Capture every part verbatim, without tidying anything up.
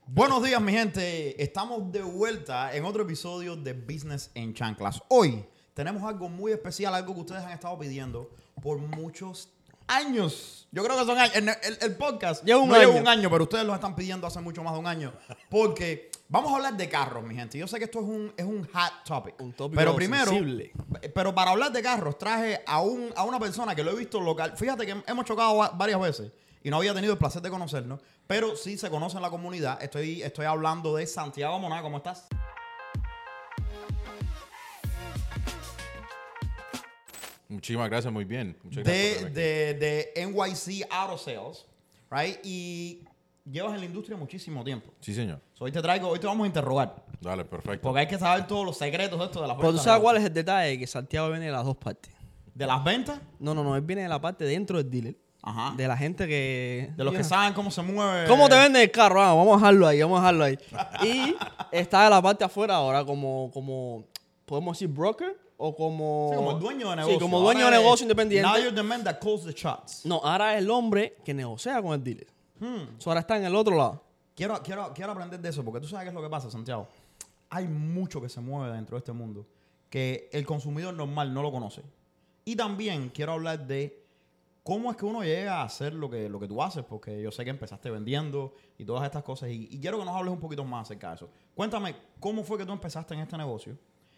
Buenos días, mi gente. Estamos de vuelta en otro episodio de Business en Chanclas. Hoy tenemos algo muy especial, algo que ustedes han estado pidiendo por muchos años. Yo creo que son años. El, el, el podcast lleva un no año. lleva un año, pero ustedes lo están pidiendo hace mucho más de un año. Porque vamos a hablar de carros, mi gente. Yo sé que esto es un, es un hot topic. Un tópico pero primero, sensible. pero para hablar de carros, traje a, un, a una persona que lo he visto local. Fíjate que hemos chocado va- varias veces y no había tenido el placer de conocernos, pero sí se conoce en la comunidad. Estoy, estoy hablando de Santiago Moná. ¿Cómo estás? Muchísimas gracias, muy bien. Muchas gracias por De, tenerme de, de N Y C Auto Sales, right? Y llevas en la industria muchísimo tiempo. aquí. Sí, señor. So, hoy te traigo, hoy te vamos a interrogar. Dale, perfecto. Porque hay que saber todos los secretos de esto de las Pero tú ventas. sabes cuál es el detalle, que Santiago viene de las dos partes. De las ventas, No, no, no, él viene de la parte dentro del dealer. ajá. De la gente que... De los que saben cómo se mueve. ¿Cómo te vende el carro? Ah, vamos a dejarlo ahí, vamos a dejarlo ahí. Y está de la parte afuera ahora como, como podemos decir, broker o como... Sí, como el dueño de negocio. Sí, como dueño Ahora de es- negocio independiente. Now you're the man that calls the shots. No, ahora es el hombre que negocia con el dealer. Hmm. So, ahora está en el otro lado. Quiero, quiero, quiero aprender de eso, porque tú sabes qué es lo que pasa, Santiago. Hay mucho que se mueve dentro de este mundo que el consumidor normal no lo conoce. Y también quiero hablar de cómo es que uno llega a hacer lo que, lo que tú haces, porque yo sé que empezaste vendiendo y todas estas cosas. Y, y quiero que nos hables un poquito más acerca de eso. Cuéntame, ¿cómo fue que tú empezaste en este negocio?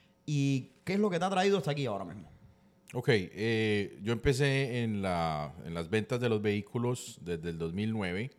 ¿Y qué es lo que te ha traído hasta aquí ahora mismo? Ok, eh, yo empecé en, la, en las ventas de los vehículos desde el dos mil nueve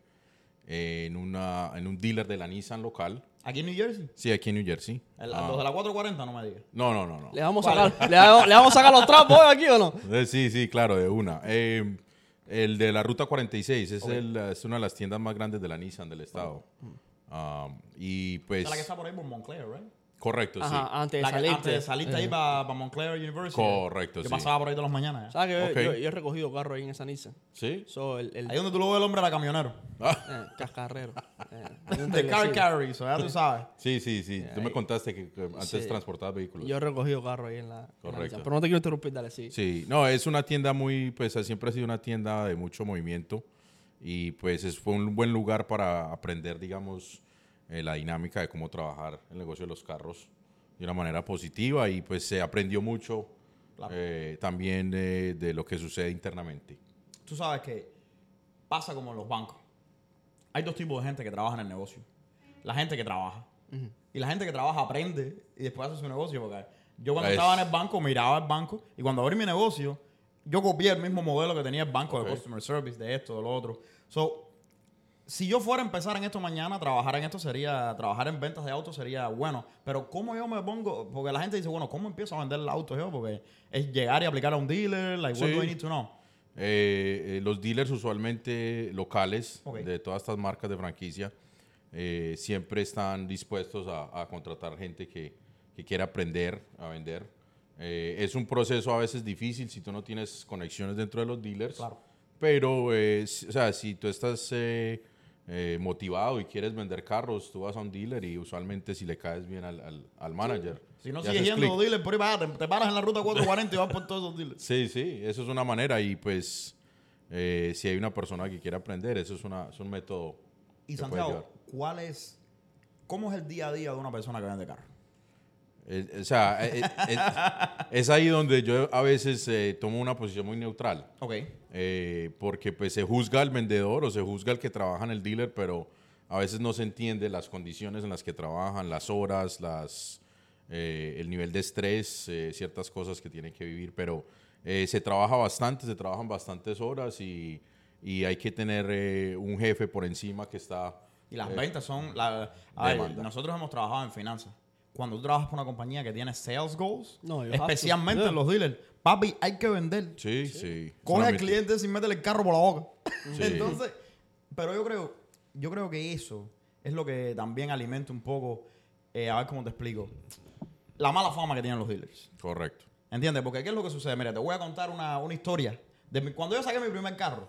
eh, en, una, en un dealer de la Nissan local. ¿Aquí en New Jersey? Sí, aquí en New Jersey. El, Ah, Los de la cuatro cuarenta, no me digas. no, no, no, no. ¿Le vamos, a sacar, ¿le, vamos, ¿Le vamos a sacar los trapos hoy aquí o no? Eh, Sí, sí, claro, de una. Eh, el de la Ruta cuarenta y seis es, Ok. el, es una de las tiendas más grandes de la Nissan del estado. Ah, y pues... Esa es la que está por ahí por Montclair, ¿right? Correcto, sí. Ajá, antes de La que- salirte. Antes de salirte ahí Eh. para Montclair University. Correcto, Yo sí. pasaba por ahí todas las mañanas. ¿eh? ¿Sabes que Ok. yo, yo he recogido carro ahí en esa Nissan? ¿Sí? So, el, el Ahí donde tú lo ves el hombre era camionero. eh, cascarrero. Eh, un De car telecito. carry, so ya tú sabes. Sí, sí, sí. Tú me ahí- contaste que, que antes Sí. transportabas vehículos. Yo he recogido carro ahí en la, en la Correcto. Nissan. Pero no te quiero interrumpir, dale, sí. Sí, no, es una tienda muy, pues siempre ha sido una tienda de mucho movimiento y pues es, fue un buen lugar para aprender, digamos, eh, la dinámica de cómo trabajar el negocio de los carros de una manera positiva y pues se aprendió mucho Claro. eh, también eh, de lo que sucede internamente. Tú sabes que pasa como en los bancos. Hay dos tipos de gente que trabaja en el negocio. La gente que trabaja. Y la gente que trabaja aprende y después hace su negocio. Porque yo cuando Es- estaba en el banco miraba el banco y cuando abrí mi negocio, yo copié el mismo modelo que tenía el banco Ok. de customer service, de esto, de lo otro. So, si yo fuera a empezar en esto mañana, trabajar en esto sería, trabajar en ventas de autos sería bueno. Pero ¿cómo yo me pongo? Porque la gente dice, bueno, ¿cómo empiezo a vender el auto yo? Porque es llegar y aplicar a un dealer, like, what Sí. do I need to know? Eh, eh, los dealers usualmente locales Ok. de todas estas marcas de franquicia eh, siempre están dispuestos a, a contratar gente que, que quiera aprender a vender. Eh, es un proceso a veces difícil si tú no tienes conexiones dentro de los dealers, Claro. pero eh, si- o sea, si tú estás eh, eh, motivado y quieres vender carros, tú vas a un dealer y usualmente si le caes bien al, al, al manager. Si no y sigues haces yendo clic. dealer por ahí para allá, te, te paras en la ruta cuatro cuarenta y vas por todos esos dealers. Sí, sí, eso es una manera y pues eh, si hay una persona que quiere aprender, eso es, una, es un método. Y que puede Santiago, llevar. ¿cuál es, cómo es el día a día de una persona que vende carro? Eh, o sea, eh, eh, es ahí donde yo a veces eh, tomo una posición muy neutral, Ok. eh, porque pues se juzga al vendedor o se juzga al que trabaja en el dealer, pero a veces no se entiende las condiciones en las que trabajan, las horas, las, eh, el nivel de estrés, eh, ciertas cosas que tienen que vivir, pero eh, se trabaja bastante, se trabajan bastantes horas y, y hay que tener eh, un jefe por encima que está... Y las eh, ventas son... La, a ver, demanda. nosotros hemos trabajado en finanzas. Cuando tú trabajas por una compañía que tiene sales goals, No, you have to. especialmente Yeah. en los dealers, papi, hay que vender. Sí, sí. Coge al Solamente- cliente sin meterle el carro por la boca. Sí. Entonces, pero yo creo, yo creo que eso es lo que también alimenta un poco, eh, a ver cómo te explico, la mala fama que tienen los dealers. Correcto. ¿Entiendes? Porque ¿qué es lo que sucede? Mira, te voy a contar una, una historia. De mi- cuando yo saqué mi primer carro.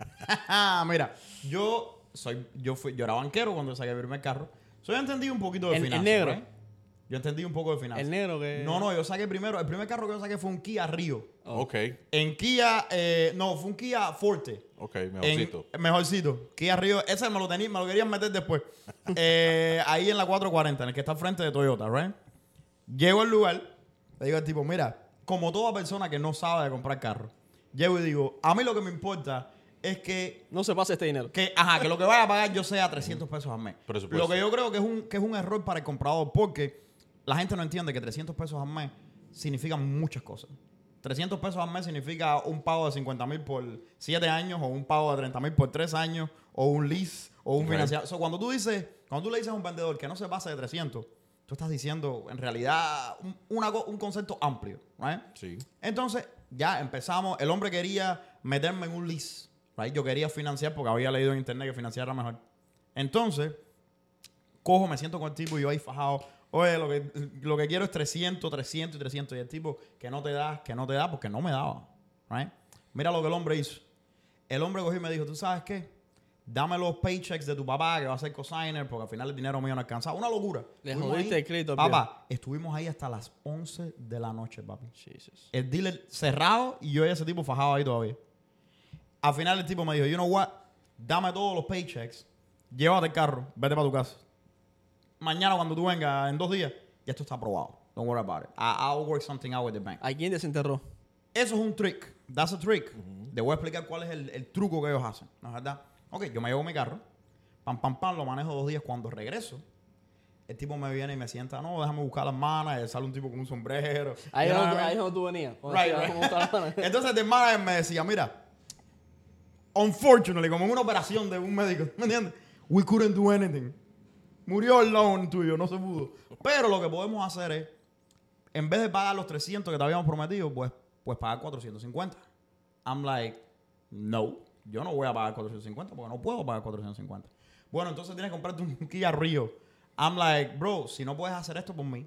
Mira, yo soy, yo fui, yo era banquero cuando saqué mi primer carro. Soy entendido un poquito de El- el finanzas. negro. ¿right? Yo entendí un poco de finanzas. El negro que... No, no, yo saqué primero, el primer carro que yo saqué fue un Kia Rio. Ok, En Kia, eh, no, fue un Kia Forte. ok, mejorcito. En, mejorcito. Kia Rio, ese me lo tenía, me lo querían meter después. eh, ahí en la cuatrocientos cuarenta, en el que está al frente de Toyota, ¿right? Llego al lugar, le digo al tipo, mira, como toda persona que no sabe de comprar carro, llego y digo, a mí lo que me importa es que No se pase este dinero. Que, ajá, que lo que vaya a pagar yo sea trescientos pesos al mes. Presupuesto. Lo que yo creo que es, un, que es un error para el comprador porque la gente no entiende que trescientos pesos al mes significan muchas cosas. trescientos pesos al mes significa un pago de cincuenta mil por siete años o un pago de treinta mil por tres años o un lease o un Ok. financiado. So, cuando tú dices, cuando tú le dices a un vendedor que no se pase de trescientos, tú estás diciendo en realidad un, una co- un concepto amplio, ¿right? Sí. Entonces, ya empezamos. El hombre quería meterme en un lease. Right? Yo quería financiar porque había leído en internet que financiar era mejor. Entonces, cojo, me siento con el tipo y yo ahí fajado. Oye, lo que, lo que quiero es trescientos, trescientos y trescientos. Y el tipo, que no te da, que no te da, porque no me daba. Right? Mira lo que el hombre hizo. El hombre cogió y me dijo, ¿tú sabes qué? Dame los paychecks de tu papá que va a ser cosigner porque al final el dinero mío no alcanzaba. Una locura. Le Estuvimos jodiste ahí. el crédito al Papá, estuvimos ahí hasta las once de la noche, papi. Jesus. El dealer cerrado y yo y ese tipo fajado ahí todavía. Al final el tipo me dijo, you know what? Dame todos los paychecks, llévate el carro, vete para tu casa. Mañana cuando tú vengas, en dos días, ya esto está aprobado. Don't worry about it. I- I'll work something out with the bank. ¿A quién desenterró? Eso es un trick. That's a trick. Te voy a explicar cuál es el, el truco que ellos hacen. ¿No es verdad? Ok, yo me llevo mi carro. Pam, pam, pam. Lo manejo dos días. Cuando regreso, el tipo me viene y me sienta. No, déjame buscar las manos. Y sale un tipo con un sombrero. Ahí You es know donde, what I ahí es mean? donde tú venías. Cuando Right, decías, right. ¿cómo está la mano? Entonces el manager me decía, mira, unfortunately, como en una operación de un médico, ¿me entiendes? We couldn't do anything. Murió el loan tuyo, no se pudo. Pero lo que podemos hacer es, en vez de pagar los trescientos que te habíamos prometido, pues, pues pagar cuatrocientos cincuenta. I'm like, no, yo no voy a pagar cuatrocientos cincuenta porque no puedo pagar cuatrocientos cincuenta. Bueno, entonces tienes que comprarte un Kia Rio. I'm like, bro, si no puedes hacer esto por mí,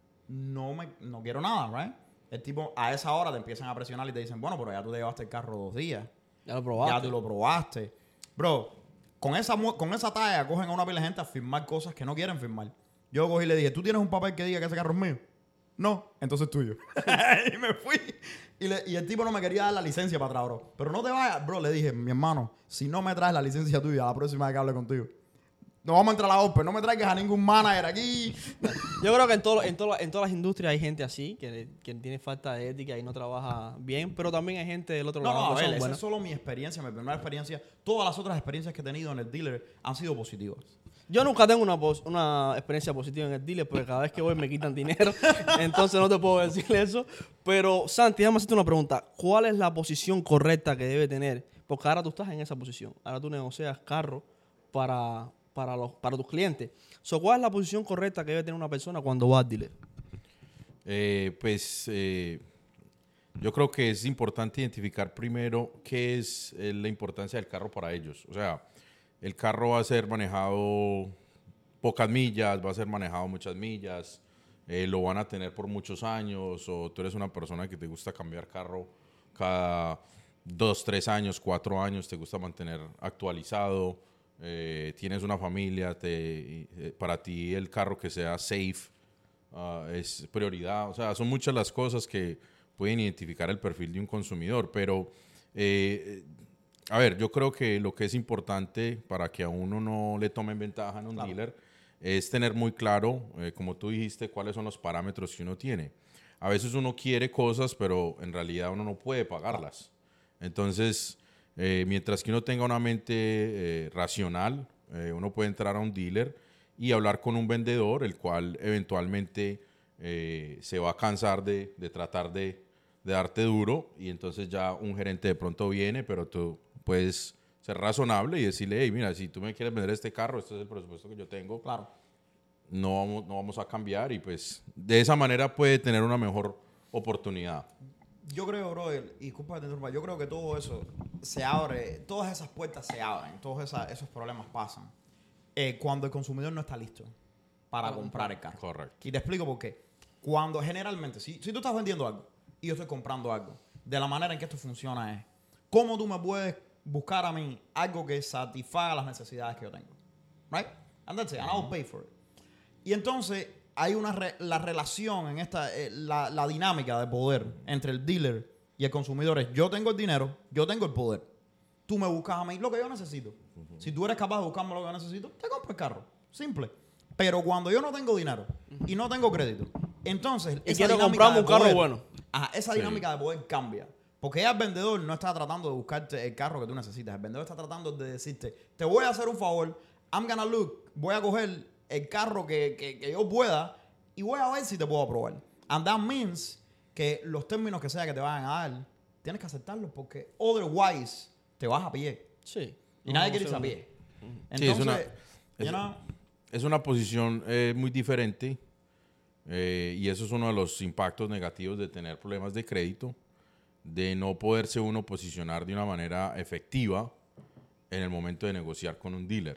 no me no quiero nada, right? El tipo, a esa hora te empiezan a presionar y te dicen, bueno, pero ya tú te llevaste el carro dos días. Ya lo probaste. Ya tú lo probaste. Bro, con esa, mu- con esa talla cogen a una pila de gente a firmar cosas que no quieren firmar. Yo cogí y le dije, ¿tú tienes un papel que diga que ese carro es mío? No, entonces es tuyo. Y me fui. Y, le- y el tipo no me quería dar la licencia para atrás, bro. Pero no te vayas, bro. Le dije, mi hermano, si no me traes la licencia tuya la próxima vez que hable contigo, no vamos a entrar a la OPE. No me traigas a ningún manager aquí. Yo creo que en, todo, en, todo- en todas las industrias hay gente así, que, que tiene falta de ética y no trabaja bien, pero también hay gente del otro No, lado no, a que ver, son esa buenas. es solo mi experiencia, mi primera experiencia. Todas las otras experiencias que he tenido en el dealer han sido positivas. Yo nunca tengo una, pos- una experiencia positiva en el dealer porque cada vez que voy me quitan dinero. Entonces no te puedo decir eso. Pero, Santi, déjame hacerte una pregunta. ¿Cuál es la posición correcta que debe tener? Porque ahora tú estás en esa posición. Ahora tú negocias carro para, para, los, para tus clientes. So, ¿cuál es la posición correcta que debe tener una persona cuando va al dealer? Eh, pues eh, yo creo que es importante identificar primero qué es eh, la importancia del carro para ellos. O sea, el carro va a ser manejado pocas millas, va a ser manejado muchas millas, eh, lo van a tener por muchos años, o tú eres una persona que te gusta cambiar carro cada dos, tres años, cuatro años, te gusta mantener actualizado, eh, tienes una familia, te, eh, para ti el carro que sea safe uh, es prioridad. O sea, son muchas las cosas que pueden identificar el perfil de un consumidor, pero eh, a ver, yo creo que lo que es importante para que a uno no le tomen ventaja en un Claro. dealer es tener muy claro, eh, como tú dijiste, cuáles son los parámetros que uno tiene. A veces uno quiere cosas, pero en realidad uno no puede pagarlas. Entonces, eh, mientras que uno tenga una mente eh, racional, eh, uno puede entrar a un dealer y hablar con un vendedor, el cual eventualmente eh, se va a cansar de, de tratar de, de darte duro, y entonces ya un gerente de pronto viene, pero tú puedes ser razonable y decirle, hey, mira, si tú me quieres vender este carro, este es el presupuesto que yo tengo, Claro. no vamos, no vamos a cambiar, y pues de esa manera puede tener una mejor oportunidad. Yo creo, brother, y disculpa que te interrumpa, yo creo que todo eso se abre, todas esas puertas se abren, todos esa- esos problemas pasan eh, cuando el consumidor no está listo para comprar el carro. Correcto. Y te explico por qué. Cuando generalmente, si, si tú estás vendiendo algo y yo estoy comprando algo, de la manera en que esto funciona es, ¿cómo tú me puedes buscar a mí algo que satisfaga las necesidades que yo tengo? Right? And that's it, and I'll pay for it. Y entonces, hay una re- la relación en esta, eh, la, la dinámica de poder entre el dealer y el consumidor es: yo tengo el dinero, yo tengo el poder. Tú me buscas a mí lo que yo necesito. Uh-huh. Si tú eres capaz de buscarme lo que yo necesito, te compro el carro. Simple. Pero cuando yo no tengo dinero uh-huh. y no tengo crédito, entonces y quiero comprarme un carro bueno. Ajá, esa sí. dinámica de poder cambia. Porque ya el vendedor no está tratando de buscarte el carro que tú necesitas. El vendedor está tratando de decirte: te voy a hacer un favor, I'm gonna look, voy a coger el carro que, que, que yo pueda y voy a ver si te puedo aprobar. And that means que los términos que sea que te vayan a dar, tienes que aceptarlos porque otherwise te vas a pie. Sí. Y no, nadie quiere irse a pie. Entonces, sí, es una, you es, know, es una posición eh, muy diferente eh, y eso es uno de los impactos negativos de tener problemas de crédito, de no poderse uno posicionar de una manera efectiva en el momento de negociar con un dealer.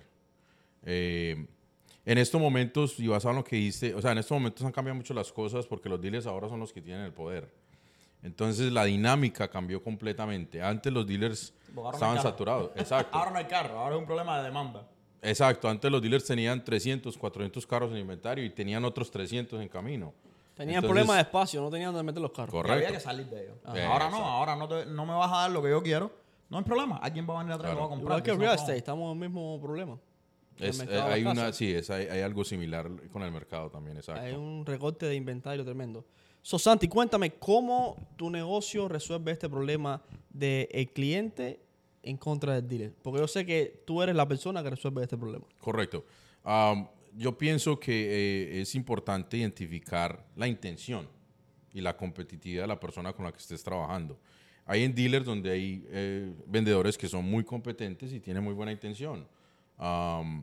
Eh, en estos momentos, y basado en lo que dijiste, o sea, en estos momentos han cambiado mucho las cosas porque los dealers ahora son los que tienen el poder. Entonces la dinámica cambió completamente. Antes los dealers estaban no saturados. Exacto. Ahora no hay carro, ahora es un problema de demanda. Exacto. Antes los dealers tenían trescientos, cuatrocientos carros en inventario y tenían otros trescientos en camino. Tenían problemas de espacio, no tenían donde meter los carros. Correcto. Y había que salir de ellos. Eh, ahora no, exacto. ahora no, te, no me vas a dar lo que yo quiero. No hay problema. Alguien va a venir atrás y Claro. lo va a comprar. Igual que Eso real no- estate, estamos en el mismo problema. Es, El eh, mercado de hay las una, casas. sí, es, hay, hay algo similar con el mercado también, exacto. Hay un recorte de inventario tremendo. So, Santi, cuéntame cómo tu negocio resuelve este problema del cliente en contra del dealer. Porque yo sé que tú eres la persona que resuelve este problema. Correcto. Um, yo pienso que eh, es importante identificar la intención y la competitividad de la persona con la que estés trabajando. Hay en dealers donde hay eh, vendedores que son muy competentes y tienen muy buena intención. Um,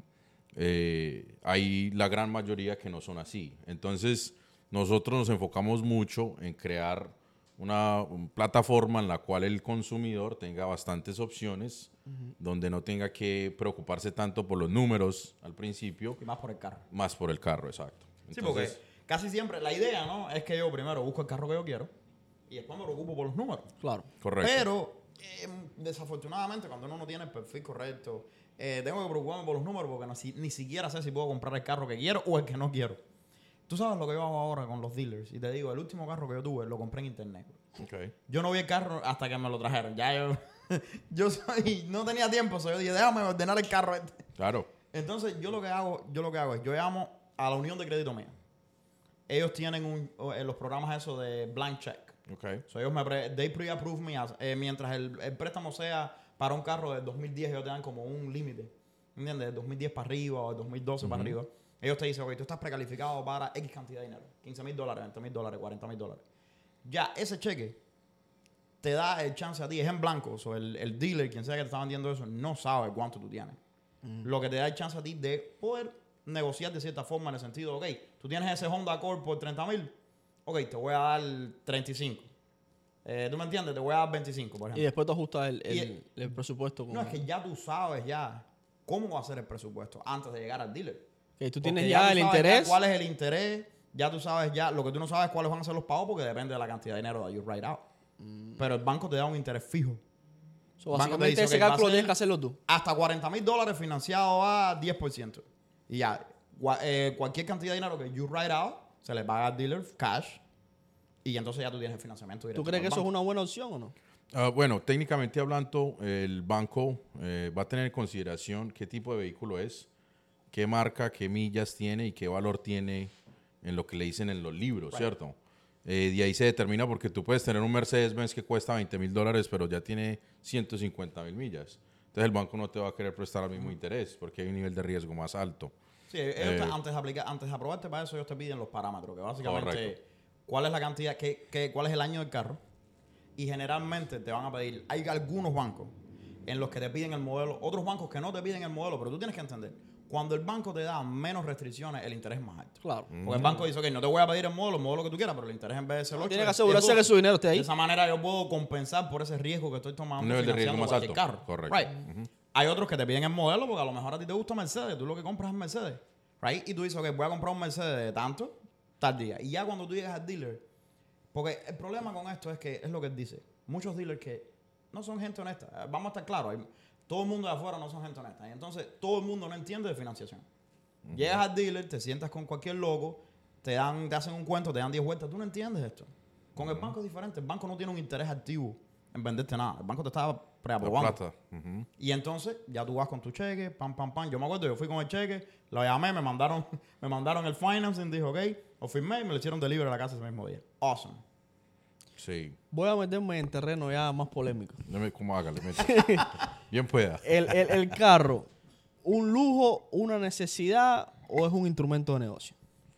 eh, hay la gran mayoría que no son así. Entonces, nosotros nos enfocamos mucho en crear una, una plataforma en la cual el consumidor tenga bastantes opciones, uh-huh. donde no tenga que preocuparse tanto por los números al principio. Y más por el carro. Más por el carro, exacto. Sí, porque casi siempre la idea, ¿no? Es que yo primero busco el carro que yo quiero y después me preocupo por los números. Claro. Correcto. Pero, eh, desafortunadamente, cuando uno no tiene el perfil correcto, eh, tengo que preocuparme por los números porque no, si, ni siquiera sé si puedo comprar el carro que quiero o el que no quiero. Tú sabes lo que yo hago ahora con los dealers. Y te digo, el último carro que yo tuve lo compré en internet. Okay. Yo no vi el carro hasta que me lo trajeron. Ya yo, yo soy, no tenía tiempo. So yo dije, déjame ordenar el carro este. Claro. Entonces, yo lo que hago, yo lo que hago es, yo llamo a la unión de crédito mía. Ellos tienen un, en los programas eso de blank check. Okay. So ellos me pre, they pre-approve me as, eh, mientras el, el préstamo sea para un carro del dos mil diez, ellos te dan como un límite. ¿Entiendes? Del dos mil diez para arriba o del dos mil doce uh-huh. para arriba. Ellos te dicen, ok, tú estás precalificado para X cantidad de dinero. quince mil dólares, veinte mil dólares, cuarenta mil dólares. Ya, ese cheque te da el chance a ti, es en blanco. O so el, el dealer, quien sea que te está vendiendo eso, no sabe cuánto tú tienes. Uh-huh. Lo que te da el chance a ti de poder negociar de cierta forma en el sentido, ok, tú tienes ese Honda Accord por treinta mil, ok, te voy a dar treinta y cinco. Eh, ¿Tú me entiendes? Te voy a dar veinticinco, por ejemplo. Y después tú ajustas el, el, el, el presupuesto. Con... No, es que ya tú sabes ya cómo va a ser el presupuesto antes de llegar al dealer. Okay, tú tienes ya, ya tú el interés. Ya cuál es el interés, ya tú sabes ya, lo que tú no sabes cuáles van a ser los pagos porque depende de la cantidad de dinero that you write out. Mm. Pero el banco te da un interés fijo. So, básicamente dice, ese okay, cálculo tienes que hacerlo tú. Hasta cuarenta mil dólares financiado a diez por ciento. Y ya, eh, cualquier cantidad de dinero que you write out, se le paga al dealer cash. Y entonces ya tú tienes el financiamiento directo. ¿Tú crees que eso es una buena opción o no? Uh, bueno, técnicamente hablando, el banco eh, va a tener en consideración qué tipo de vehículo es, qué marca, qué millas tiene y qué valor tiene en lo que le dicen en los libros, right. ¿Cierto? Eh, de ahí se determina porque tú puedes tener un Mercedes-Benz que cuesta veinte mil dólares, pero ya tiene ciento cincuenta mil millas. Entonces el banco no te va a querer prestar el mismo uh-huh. interés porque hay un nivel de riesgo más alto. Sí, ellos eh, te, antes, de aplicar, antes de aprobarte para eso, ellos te piden los parámetros, que básicamente correcto. Cuál es la cantidad, qué, qué, cuál es el año del carro. Y generalmente te van a pedir, hay algunos bancos en los que te piden el modelo, otros bancos que no te piden el modelo, pero tú tienes que entender, cuando el banco te da menos restricciones, el interés es más alto. Claro. Porque mm. el banco dice, ok, no te voy a pedir el modelo, el modelo que tú quieras, pero el interés en vez de ser ocho, tiene que asegurarse que su dinero esté ahí. De esa manera yo puedo compensar por ese riesgo que estoy tomando. Un nivel de riesgo más alto. Carro. Correcto. Right. Uh-huh. Hay otros que te piden el modelo porque a lo mejor a ti te gusta Mercedes, tú lo que compras es Mercedes. Right? Y tú dices, ok, voy a comprar un Mercedes de tanto, tal día. Y ya cuando tú llegas al dealer, porque el problema con esto es que es lo que él dice. Muchos dealers que no son gente honesta. Vamos a estar claros. Hay, todo el mundo de afuera no son gente honesta. Y entonces todo el mundo no entiende de financiación. Uh-huh. Llegas al dealer, te sientas con cualquier loco te dan, te hacen un cuento, te dan diez vueltas. Tú no entiendes esto. Con el banco es diferente. El banco no tiene un interés activo en venderte nada. El banco te está La preaprobando. plata. Ujú. Y entonces ya tú vas con tu cheque, pam, pam, pam. Yo me acuerdo, yo fui con el cheque, lo llamé, me mandaron, me mandaron el financing, dijo, ok, lo firmé y me lo hicieron delivery a la casa ese mismo día. Awesome. Sí. Voy a meterme en terreno ya más polémico. Deme como hágale. mete. Bien pueda. El, el, el carro, ¿un lujo, una necesidad o es un instrumento de negocio?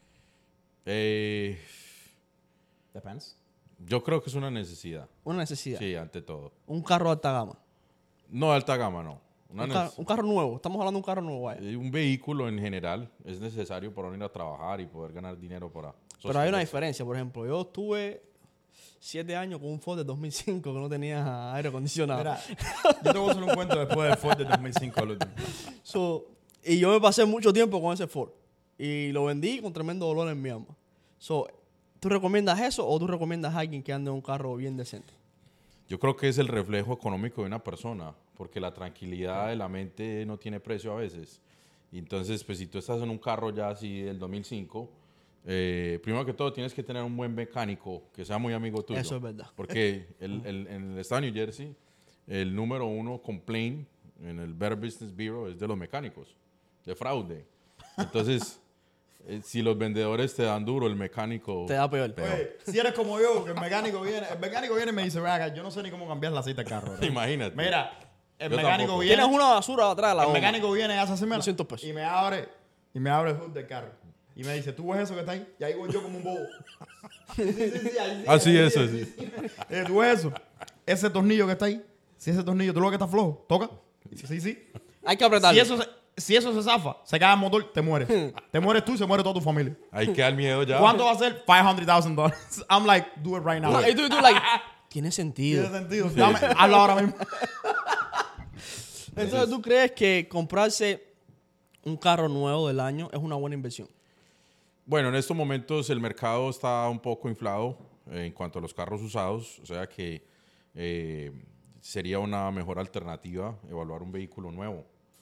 Eh, Depends. yo creo que es una necesidad. Una necesidad. Sí, ante todo. Un carro de alta gama. No de alta gama, no. Una Un, nece- car- un carro nuevo. Estamos hablando de un carro nuevo. vaya. eh, un vehículo en general es necesario para uno ir a trabajar y poder ganar dinero para Pero hay una sostenerse. diferencia. Por ejemplo, yo estuve siete años con un Ford de dos mil cinco que no tenía aire acondicionado. Mira, yo te voy a hacer un cuento después del Ford de dos mil cinco al último. So, y yo me pasé mucho tiempo con ese Ford. Y lo vendí con tremendo dolor en mi alma. So, ¿tú recomiendas eso o tú recomiendas a alguien que ande en un carro bien decente? Yo creo que es el reflejo económico de una persona, porque la tranquilidad de la mente no tiene precio a veces. Y entonces, pues si tú estás en un carro ya así del dos mil cinco, eh, primero que todo tienes que tener un buen mecánico que sea muy amigo tuyo. Eso es verdad. Porque el, el- en el estado de New Jersey, el número uno complaint en el Better Business Bureau es de los mecánicos, de fraude. Entonces, eh, si los vendedores te dan duro, el mecánico... Te da peor. Oye, si eres como yo, que el mecánico viene, el mecánico viene y me dice, venga, yo no sé ni cómo cambiar la aceite del carro. ¿verdad? Imagínate. Mira, el Yo mecánico tampoco. viene, Tienes una basura atrás de la el goma. mecánico viene y hace así, mira, doscientos pesos. y me abre, y me abre el hood del carro. Y me dice, ¿tú ves eso que está ahí? Y ahí voy yo como un bobo. Sí, sí, sí, sí, ahí sí, Ah, sí, ahí eso, sí, sí. sí. Eh, ¿Tú ves eso? Ese tornillo que está ahí, si ese tornillo, tú lo que está flojo, toca. Sí, sí. Hay que apretar. Si eso, se, si eso se zafa, se cae el motor, te mueres. Te mueres tú y se muere toda tu familia. Hay que dar miedo ya. ¿Cuánto va a ser? five hundred thousand dollars. I'm like, do it right now. Y tú, y tú, like, tiene sentido. Tiene sentido. Dame, hazlo ahora mismo. Entonces, ¿tú crees que comprarse un carro nuevo del año es una buena inversión? Bueno, en estos momentos el mercado está un poco inflado eh, en cuanto a los carros usados, o sea que eh, sería una mejor alternativa evaluar un vehículo nuevo.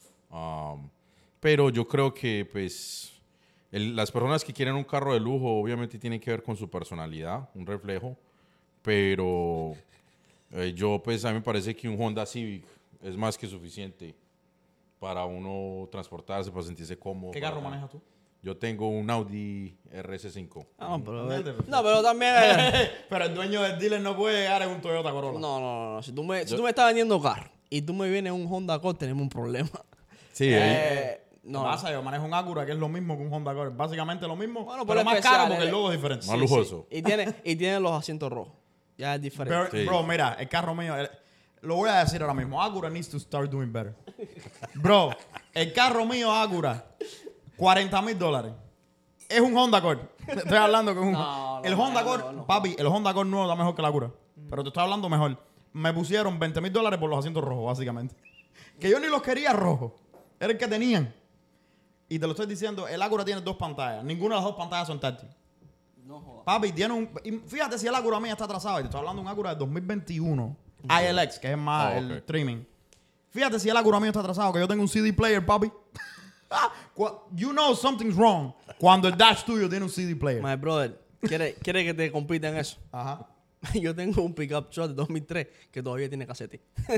Um, pero yo creo que pues el- las personas que quieren un carro de lujo obviamente tienen que ver con su personalidad, un reflejo, pero eh, yo pues a mí me parece que un Honda Civic es más que suficiente para uno transportarse, para sentirse cómodo. ¿Qué para- carro manejas tú? Yo tengo un Audi R S cinco. Ah, pero, ¿Entiendes? no, pero también... eh, Pero el dueño del dealer no puede llegar en un Toyota Corolla. no, no, no, no. Si tú me, si tú me estás vendiendo carro y tú me vienes un Honda Accord, tenemos un problema. Sí, ahí- Eh, No. no. ¿Qué pasa? Yo manejo un Acura que es lo mismo que un Honda Accord. Básicamente lo mismo, Bueno, pero pero más especial, caro porque eh. el logo es diferente. Más lujoso. Y tiene, y tiene los asientos rojos. Ya es diferente. Pero, Sí. Bro, mira, el carro mío, el- lo voy a decir ahora mismo. Acura needs to start doing better. Bro, el carro mío Acura, cuarenta mil dólares. Es un Honda Accord. Estoy hablando que es un... No, no, el Honda no, Accord, no, no. papi, el Honda Accord nuevo está mejor que el Acura. Pero te estoy hablando mejor. Me pusieron veinte mil dólares por los asientos rojos, básicamente. Que yo ni los quería rojos. Era el que tenían. Y te lo estoy diciendo, el Acura tiene dos pantallas. Ninguna de las dos pantallas son táctiles. No jodas. Papi, tiene un... y fíjate si el Acura mía está atrasado. Y te estoy hablando de un Acura de dos mil veintiuno. I L X, que es más Ah, el ok. trimming. Fíjate si el Acura mío está atrasado, que yo tengo un C D player, papi. Cu- you know something's wrong cuando el dash tuyo tiene un C D player. My brother, ¿quiere, quiere que te compita en eso? Ajá. Yo tengo un pickup truck de dos mil tres que todavía tiene casete.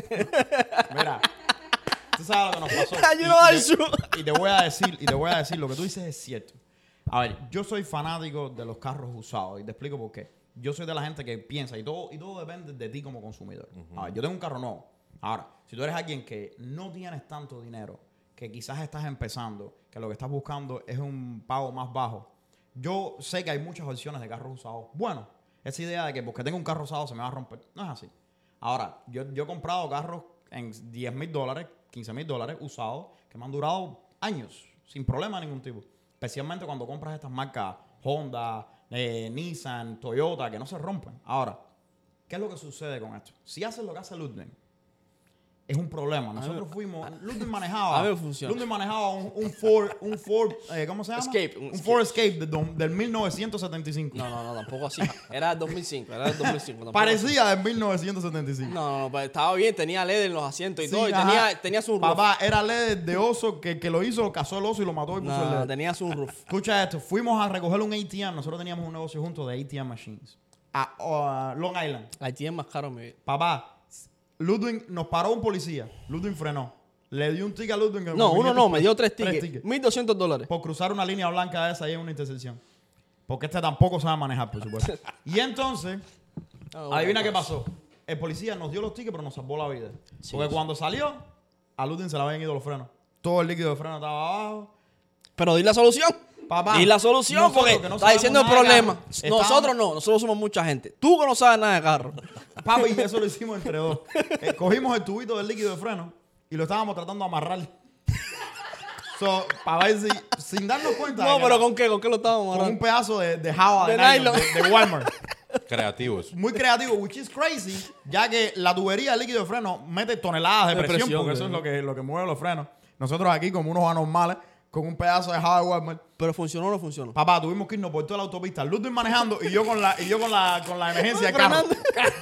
Mira. Tú sabes lo que nos pasó. You Y- know y, that's te, true. y te voy a decir, y te voy a decir, lo que tú dices es cierto. A ver, yo soy fanático de los carros usados y te explico por qué. Yo soy de la gente que piensa y todo, y todo depende de ti como consumidor. A ver, yo tengo un carro nuevo. Ahora, si tú eres alguien que no tienes tanto dinero, que quizás estás empezando, que lo que estás buscando es un pago más bajo, yo sé que hay muchas opciones de carros usados. Bueno, esa idea de que porque tengo un carro usado se me va a romper, no es así. Ahora, yo, yo he comprado carros en diez mil dólares, quince mil dólares usados que me han durado años, sin problema de ningún tipo. Especialmente cuando compras estas marcas Honda, eh, Nissan, Toyota, que no se rompen. Ahora, ¿qué es lo que sucede con esto? Si haces lo que hace Ludwig es un problema. Nosotros fuimos, Ludwig a manejaba, mí me funciona. Ludwig manejaba un, un Ford, un Ford, eh, ¿cómo se llama? Escape, un Un, Escape. Ford Escape del, do- del mil novecientos setenta y cinco. No, no, no, tampoco así. Era del dos mil cinco, era del dos mil cinco. tampoco Parecía del mil novecientos setenta y cinco. así. No, no, no, pero estaba bien, tenía L E D en los asientos y Sí, todo, y ajá. tenía, tenía su roof. Papá, era L E D de oso que, que lo hizo, lo cazó el oso y lo mató y puso el No, L E D. tenía su roof. Escucha esto, fuimos a recoger un A T M, nosotros teníamos un negocio junto de A T M Machines a uh, Long Island. La T es más caro, mi vida. Papá, Ludwig nos paró un policía, Ludwig frenó, le dio un ticket a Ludwig. No, uno no, me dio tres Tres tickets. mil doscientos dólares. por cruzar una línea blanca esa ahí en una intersección. Porque este tampoco sabe manejar, por supuesto. Y entonces, Ah, adivina bueno, qué pues. pasó. El policía nos dio los tickets, pero nos salvó la vida. Sí, Porque sí. cuando salió, a Ludwig se le habían ido los frenos. Todo el líquido de freno estaba abajo. Pero di la solución. Papá, di la solución nosotros porque que no está diciendo el sabemos nada de problema. carro, estábamos- Nosotros no, nosotros somos mucha gente. Tú que no sabes nada de carro. Papi, y eso lo hicimos entre dos. Eh, cogimos el tubito del líquido de freno y lo estábamos tratando de amarrar. So, para ver si, sin darnos cuenta. de No, que pero era- ¿con qué? ¿Con qué lo estábamos con un agarrando? pedazo de, de java de, De nylon, nylon. de, de Walmart. Creativos. Muy creativo, which is crazy, ya que la tubería de líquido de freno mete toneladas de, De presión, presión, porque eso de- es lo que, lo que mueve los frenos. Nosotros aquí, como unos anormales, con un pedazo de java de Walmart. Pero funcionó o no funcionó. Papá, tuvimos que irnos por toda la autopista. Ludwig manejando y yo con la, y yo con la, con la emergencia de carro. Frenando.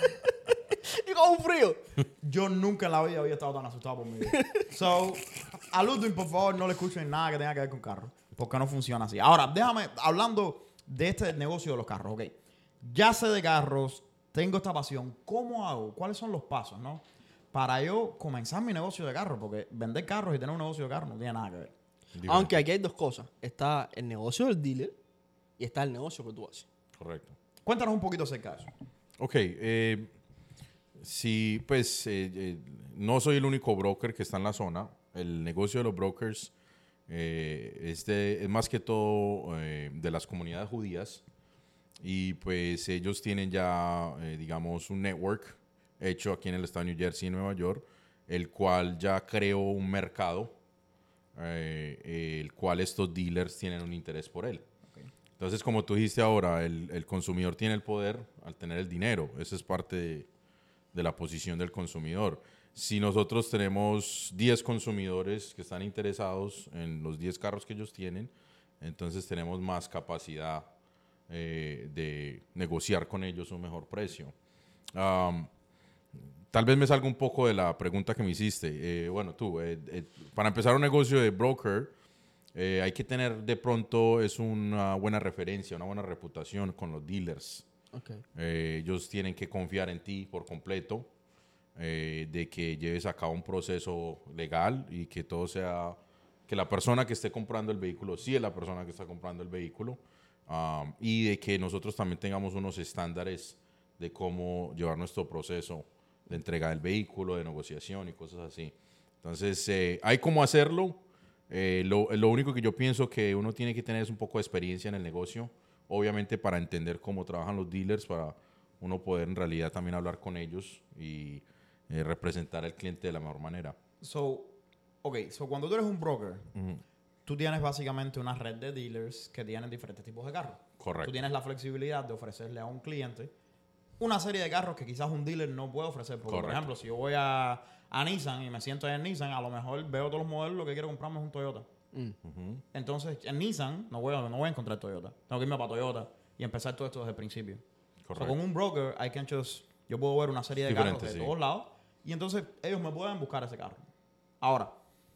Y con un frío. Yo nunca en la vida había estado tan asustado por mi vida. So, a Ludwig, por favor, no le escuchen nada que tenga que ver con carros. Porque no funciona así. Ahora, déjame, hablando de este negocio de los carros, ok. Ya sé de carros, tengo esta pasión. ¿Cómo hago? ¿Cuáles son los pasos, no? Para yo comenzar mi negocio de carros. Porque vender carros y tener un negocio de carros no tiene nada que ver. Diferente. Aunque aquí hay dos cosas. Está el negocio del dealer y está el negocio que tú haces. Correcto. Cuéntanos un poquito acerca de eso. Ok, eh, sí, pues eh, eh, no soy el único broker que está en la zona. El negocio de los brokers eh, es, de- es más que todo eh, de las comunidades judías y pues ellos tienen ya, eh, digamos, un network hecho aquí en el estado de New Jersey y Nueva York, el cual ya creó un mercado, eh, el cual estos dealers tienen un interés por él. Entonces, como tú dijiste ahora, el, el consumidor tiene el poder al tener el dinero. Esa es parte de, de la posición del consumidor. Si nosotros tenemos diez consumidores que están interesados en los diez carros que ellos tienen, entonces tenemos más capacidad eh, de negociar con ellos un mejor precio. Um, tal vez me salga un poco de la pregunta que me hiciste. Eh, bueno, tú, eh, eh, para empezar un negocio de broker, Eh, hay que tener de pronto es una buena referencia, una buena reputación con los dealers. Okay. Eh, ellos tienen que confiar en ti por completo, eh, de que lleves a cabo un proceso legal y que todo sea, que la persona que esté comprando el vehículo sí es la persona que está comprando el vehículo, um, y de que nosotros también tengamos unos estándares de cómo llevar nuestro proceso de entrega del vehículo, de negociación y cosas así. Entonces, eh, hay cómo hacerlo. Eh, lo, lo único que yo pienso que uno tiene que tener es un poco de experiencia en el negocio, obviamente para entender cómo trabajan los dealers, para uno poder en realidad también hablar con ellos y eh, representar al cliente de la mejor manera. So, ok, so cuando tú eres un broker, tú tienes básicamente una red de dealers que tienen diferentes tipos de carros. Correcto. Tú tienes la flexibilidad de ofrecerle a un cliente una serie de carros que quizás un dealer no puede ofrecer. Porque, por Correcto. ejemplo, si yo voy a, a Nissan y me siento en Nissan, a lo mejor veo todos los modelos, lo que quiero comprarme es un Toyota. Mm. Entonces, en Nissan no voy, a, no voy a encontrar Toyota. Tengo que irme para Toyota y empezar todo esto desde el principio. So, Correcto. con un broker, I can just, yo puedo ver una serie de Diferente, carros de sí. todos lados y entonces ellos me pueden buscar ese carro. Ahora,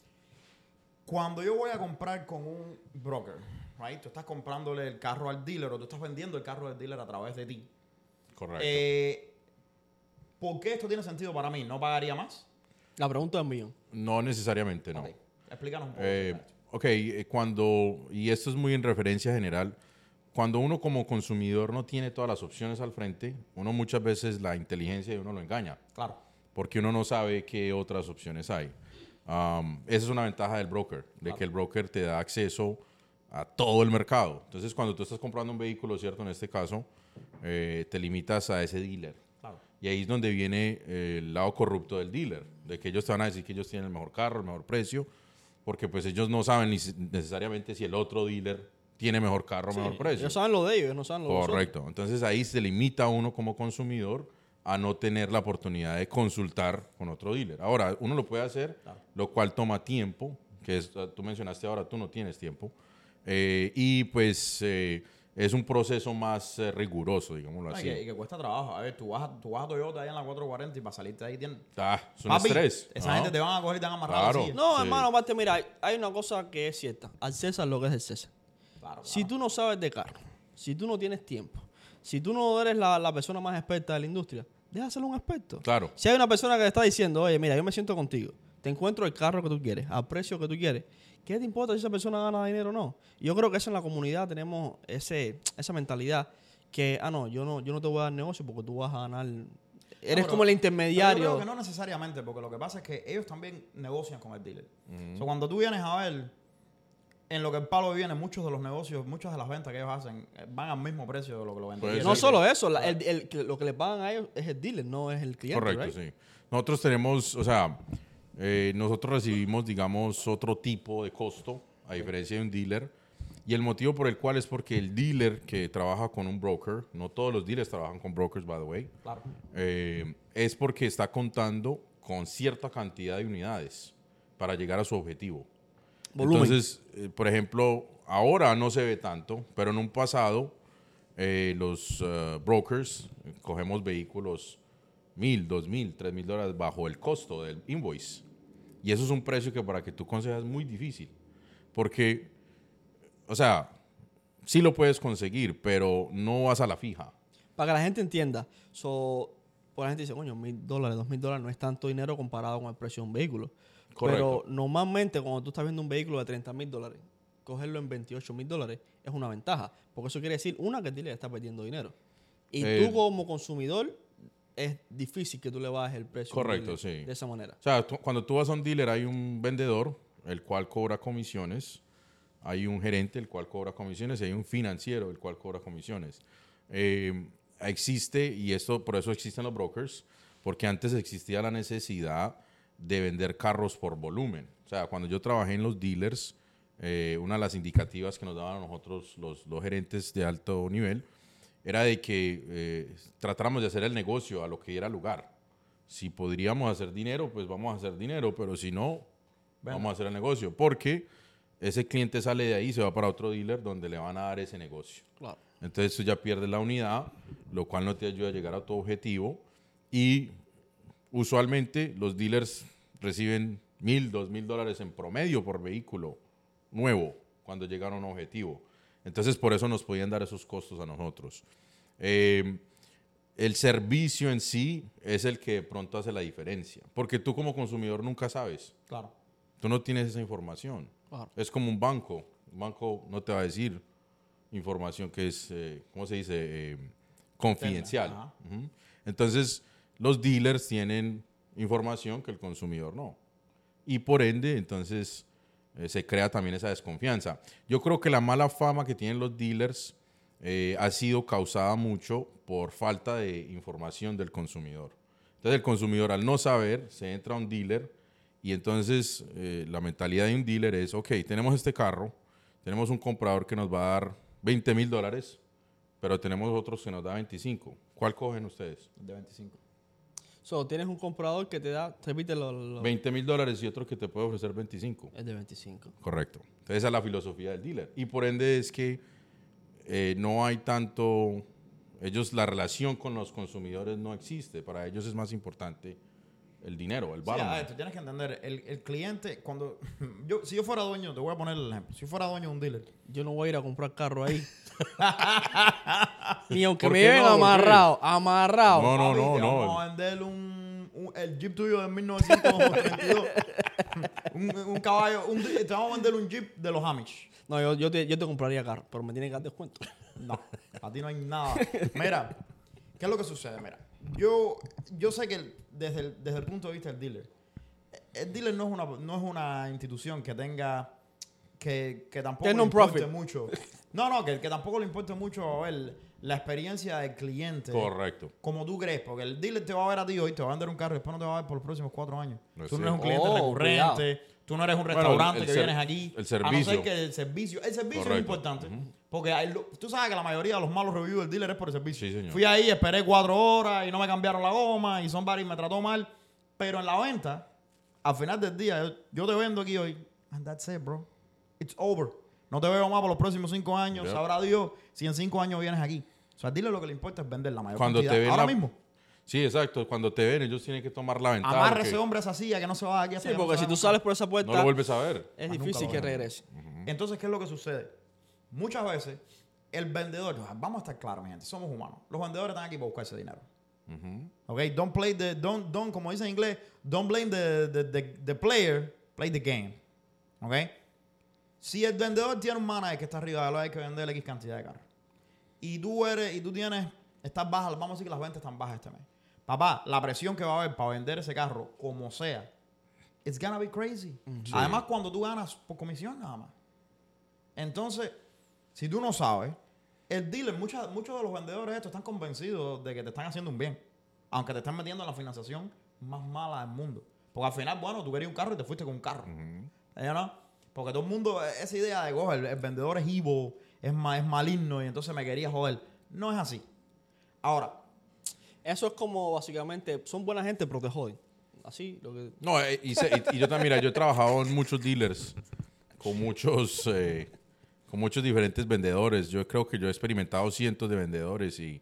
cuando yo voy a comprar con un broker, right, tú estás comprándole el carro al dealer o tú estás vendiendo el carro del dealer a través de ti. Correcto. Eh, ¿Por qué esto tiene sentido para mí? ¿No pagaría más? La pregunta es millón. no necesariamente, no. Ok, explícanos un poco. Eh, acerca de esto. ok, eh, cuando, y esto es muy en referencia general, cuando uno como consumidor no tiene todas las opciones al frente, uno muchas veces la inteligencia de uno lo engaña, Claro. porque uno no sabe qué otras opciones hay. Um, esa es una ventaja del broker, de Claro. que el broker te da acceso a todo el mercado. Entonces, cuando tú estás comprando un vehículo, ¿cierto? En este caso, eh, te limitas a ese dealer. Claro. Y ahí es donde viene eh, el lado corrupto del dealer, de que ellos te van a decir que ellos tienen el mejor carro, el mejor precio, porque pues ellos no saben ni si- necesariamente si el otro dealer tiene mejor carro o mejor precio. Ellos saben lo de ellos, ellos no saben lo de nosotros. Correcto. Entonces ahí se limita a uno como consumidor a no tener la oportunidad de consultar con otro dealer. Ahora, uno lo puede hacer, Claro. lo cual toma tiempo, que es, tú mencionaste ahora, tú no tienes tiempo, eh, y pues eh, es un proceso más eh, riguroso, digámoslo No, y, así. que, y que cuesta trabajo. A ver, tú vas, a- tú vas a Toyota ahí en la cuatrocientos cuarenta y para salirte de ahí tienes... Ah, es un Papi, estrés. esa ¿no? gente te van a coger y te van a amarrar Claro. así. No, Sí. hermano, aparte, mira, hay, hay una cosa que es cierta. Al César lo que es el César. Claro, Si claro. tú no sabes de carro, si tú no tienes tiempo, si tú no eres la, la persona más experta de la industria, déjaselo a un experto. Claro. Si hay una persona que te está diciendo, oye, mira, yo me siento contigo, te encuentro el carro que tú quieres, al precio que tú quieres, ¿qué te importa si esa persona gana dinero o no? Yo creo que eso en la comunidad tenemos ese, esa mentalidad que, ah, no, yo no, yo no te voy a dar negocio porque tú vas a ganar. Eres No, pero- como el pero intermediario. Yo creo que no necesariamente, porque lo que pasa es que ellos también negocian con el dealer. O sea, cuando tú vienes a ver en lo que el palo viene, muchos de los negocios, muchas de las ventas que ellos hacen eh, van al mismo precio de lo que lo venden. Puede Y No ser. solo eso, la- el- el- que lo que le pagan a ellos es el dealer, no es el cliente. Correcto, right? sí. Nosotros tenemos, o sea, eh, nosotros recibimos, digamos, otro tipo de costo, a diferencia de un dealer. Y el motivo por el cual es porque el dealer que trabaja con un broker, no todos los dealers trabajan con brokers, by the way, Claro. eh, es porque está contando con cierta cantidad de unidades para llegar a su objetivo. Volumen. Entonces, eh, por ejemplo, ahora no se ve tanto, pero en un pasado eh, los eh, brokers eh, cogemos vehículos mil, dos mil, tres mil dólares bajo el costo del invoice. Y eso es un precio que para que tú consigas es muy difícil. Porque, o sea, sí lo puedes conseguir, pero no vas a la fija. Para que la gente entienda, so, pues la gente dice, coño, mil dólares, dos mil dólares no es tanto dinero comparado con el precio de un vehículo. Correcto. Pero normalmente cuando tú estás viendo un vehículo de treinta mil dólares, cogerlo en veintiocho mil dólares es una ventaja. Porque eso quiere decir, una, que el dealer está perdiendo dinero. Y Eh, tú como consumidor, es difícil que tú le bajes el precio a un Correcto, dealer sí. de esa manera. O sea, tú- cuando tú vas a un dealer hay un vendedor, el cual cobra comisiones, hay un gerente, el cual cobra comisiones, y hay un financiero, el cual cobra comisiones. Eh, existe, y esto por eso existen los brokers, porque antes existía la necesidad de vender carros por volumen. O sea, cuando yo trabajé en los dealers, eh, una de las indicativas que nos daban a nosotros los, los gerentes de alto nivel era de que eh, tratáramos de hacer el negocio a lo que era lugar. Si podríamos hacer dinero, pues vamos a hacer dinero, pero si no, Venga. vamos a hacer el negocio. Porque ese cliente sale de ahí y se va para otro dealer donde le van a dar ese negocio. Claro. Entonces tú ya pierdes la unidad, lo cual no te ayuda a llegar a tu objetivo. Y usualmente los dealers reciben mil, dos mil dólares en promedio por vehículo nuevo cuando llegan a un objetivo. Entonces por eso nos podían dar esos costos a nosotros. Eh, el servicio en sí es el que de pronto hace la diferencia. Porque tú como consumidor nunca sabes. Claro. Tú no tienes esa información. Claro. Es como un banco. Un banco no te va a decir información que es, eh, ¿cómo se dice? Eh, confidencial. Ajá. Ujú. Entonces, los dealers tienen información que el consumidor no. Y por ende, entonces, eh, se crea también esa desconfianza. Yo creo que la mala fama que tienen los dealers eh, ha sido causada mucho por falta de información del consumidor. Entonces, el consumidor al no saber, se entra a un dealer y entonces eh, la mentalidad de un dealer es, ok, tenemos este carro, tenemos un comprador que nos va a dar veinte mil dólares, pero tenemos otros que nos da veinticinco. ¿Cuál cogen ustedes? De veinticinco. So, tienes un comprador que te da, repite lo, lo- veinte mil dólares y otro que te puede ofrecer veinticinco. es de veinticinco. Correcto. Entonces esa es la filosofía del dealer. Y por ende es que eh, no hay tanto, ellos, la relación con los consumidores no existe. Para ellos es más importante el dinero, el Sí, bottom a ver, line. tú tienes que entender, el, el cliente, cuando yo, si yo fuera dueño, te voy a poner el ejemplo, si yo fuera dueño de un dealer, Yo no voy a ir a comprar carro ahí. Ni aunque ¿Por me qué lleven no? ¿Por qué? amarrado, amarrado. No, no, papi, no, te no. vamos a vender un, un- el Jeep tuyo de mil novecientos treinta y dos, un, un caballo, un- te vamos a vender un Jeep de los Amish. No, yo, yo, te, yo te compraría carro, pero me tiene que dar descuento. No, a ti no hay nada. Mira, ¿qué es lo que sucede? Mira, yo, yo sé que el- desde, el, desde el punto de vista del dealer, el dealer no es una, no es una institución que tenga que, que tampoco Que es le importe non-profit. mucho. No, no, que, que tampoco le importe mucho a ver la experiencia del cliente. Correcto. Como tú crees, porque el dealer te va a ver a ti hoy, te va a vender un carro y después no te va a ver por los próximos cuatro años. No es tú no eres un cierto. cliente Oh, recurrente, tú no eres un Bueno, restaurante el que ser- vienes aquí. el A no servicio. ser que el servicio, el servicio Correcto. es importante. Porque hay lo- tú sabes que la mayoría de los malos reviews del dealer es por el servicio. Sí, señor. Fui ahí, esperé cuatro horas y no me cambiaron la goma y somebody me trató mal. Pero en la venta, al final del día, yo, yo te vendo aquí hoy. And that's it, bro. It's over. No te veo más por los próximos cinco años. Yep. Sabrá Dios si en cinco años vienes aquí. O sea, dile lo que le importa es vender la mayor Cuando cantidad. te ven Ahora la- mismo. Sí, exacto. Cuando te ven, ellos tienen que tomar la ventaja. Amarre porque ese hombre a esa silla que no se va de aquí hasta Sí, que no porque se si va tú nunca. sales por esa puerta, no lo vuelves a ver. es Más nunca difícil lo que verás. regrese. Entonces, ¿qué es lo que sucede? Muchas veces, el vendedor, vamos a estar claros, mi gente, somos humanos. Los vendedores están aquí para buscar ese dinero. Ok, don't play the, don't, don't, como dice en inglés, don't blame the, the, the, the player, play the game. Ok. Si el vendedor tiene un manager que está arriba de lo hay que vender X cantidad de carros. Y tú eres, y tú tienes, estás baja, vamos a decir que las ventas están bajas este mes. Papá, la presión que va a haber para vender ese carro, como sea, it's gonna be crazy. Sí. Además, cuando tú ganas por comisión nada más. Entonces, si tú no sabes, el dealer, muchas- muchos de los vendedores estos están convencidos de que te están haciendo un bien. Aunque te están metiendo en la financiación más mala del mundo. Porque al final, bueno, tú querías un carro y te fuiste con un carro. ¿Ya no? Porque todo el mundo, esa idea de, coger el, el vendedor es evil, es, ma- es maligno y entonces me quería joder. No es así. Ahora, Eso es como básicamente, son buena gente, pero te joden. Así, lo que... No, eh, y, se- y- y yo también, mira, yo he trabajado en muchos dealers, con muchos, eh, con muchos diferentes vendedores. Yo creo que yo he experimentado cientos de vendedores y,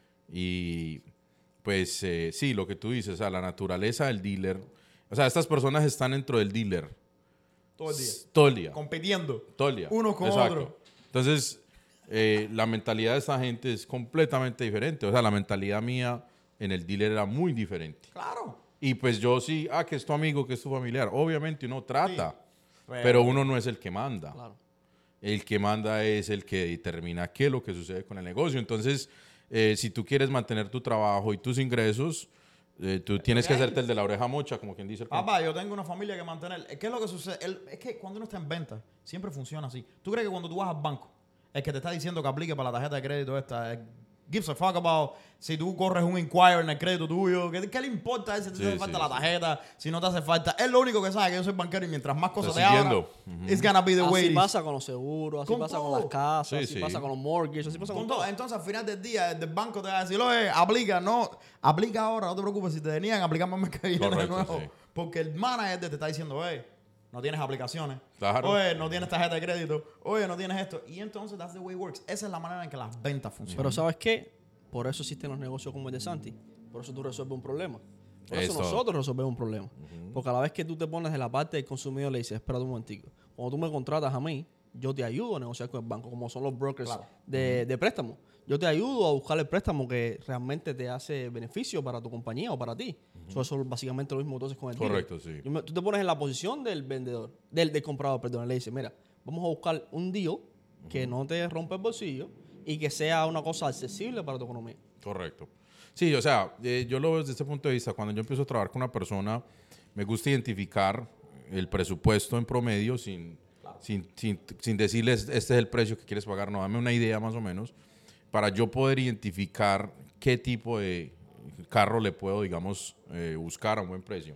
y pues eh, sí, lo que tú dices, o sea, la naturaleza del dealer. O sea, estas personas están dentro del dealer todo el día. todo el día. Compitiendo. Todo el día. Uno con Exacto. otro. Entonces, eh, la mentalidad de esta gente es completamente diferente. O sea, la mentalidad mía en el dealer era muy diferente. Claro. Y pues yo sí, ah, que es tu amigo, que es tu familiar. Obviamente uno trata, Sí, pero, pero- uno no es el que manda. Claro. El que manda es el que determina qué es lo que sucede con el negocio. Entonces, eh, si tú quieres mantener tu trabajo y tus ingresos, eh, tú tienes que hay. hacerte el de la oreja mocha, como quien dice el cuento. Papá, yo tengo una familia que mantener. ¿Qué es lo que sucede? El- es que cuando uno está en venta, siempre funciona así. ¿Tú crees que cuando tú vas al banco, el que te está diciendo que aplique para la tarjeta de crédito esta, eh, gives a fuck about si tú corres un inquiry en el crédito tuyo? ¿Qué, qué le importa a él si te Sí, hace sí, falta la sí. tarjeta? Si no te hace falta. Él lo único que sabe que yo soy banquero y mientras más cosas te Está abra, siguiendo. it's gonna be the way Así it is. pasa con los seguros, así Con pasa con todo. las casas, Sí, así sí. pasa con los mortgages, así pasa con, Con todo. todo. Entonces, al final del día, el del banco te va a decir, oye, aplica, no, aplica ahora, no te preocupes. Si te denían, aplica más mes que viene de Correcto, nuevo. sí. Porque el manager te está diciendo, oye, no tienes aplicaciones. Claro. Oye, no tienes tarjeta de crédito. Oye, no tienes esto. Y entonces, that's the way it works. Esa es la manera en que las ventas funcionan. Pero ¿sabes qué? Por eso existen los negocios como el de Santi. Por eso tú resuelves un problema. Por eso, Eso. nosotros resolvemos un problema. Porque a la vez que tú te pones de la parte del consumidor, le dices, espérate un momentico. Cuando tú me contratas a mí, yo te ayudo a negociar con el banco, como son los brokers Claro. de, de préstamo. Yo te ayudo a buscar el préstamo que realmente te hace beneficio para tu compañía o para ti. So, eso es básicamente lo mismo entonces con el dealer. Correcto, sí. Yo me- Tú te pones en la posición del vendedor, del, del comprador, perdón. Le dices, mira, vamos a buscar un deal que no te rompa el bolsillo y que sea una cosa accesible para tu economía. Correcto. Sí, o sea, eh, yo lo veo desde este punto de vista. Cuando yo empiezo a trabajar con una persona, me gusta identificar el presupuesto en promedio sin, sin, sin, sin decirles este es el precio que quieres pagar. No, dame una idea más o menos para yo poder identificar qué tipo de carro le puedo, digamos, eh, buscar a un buen precio.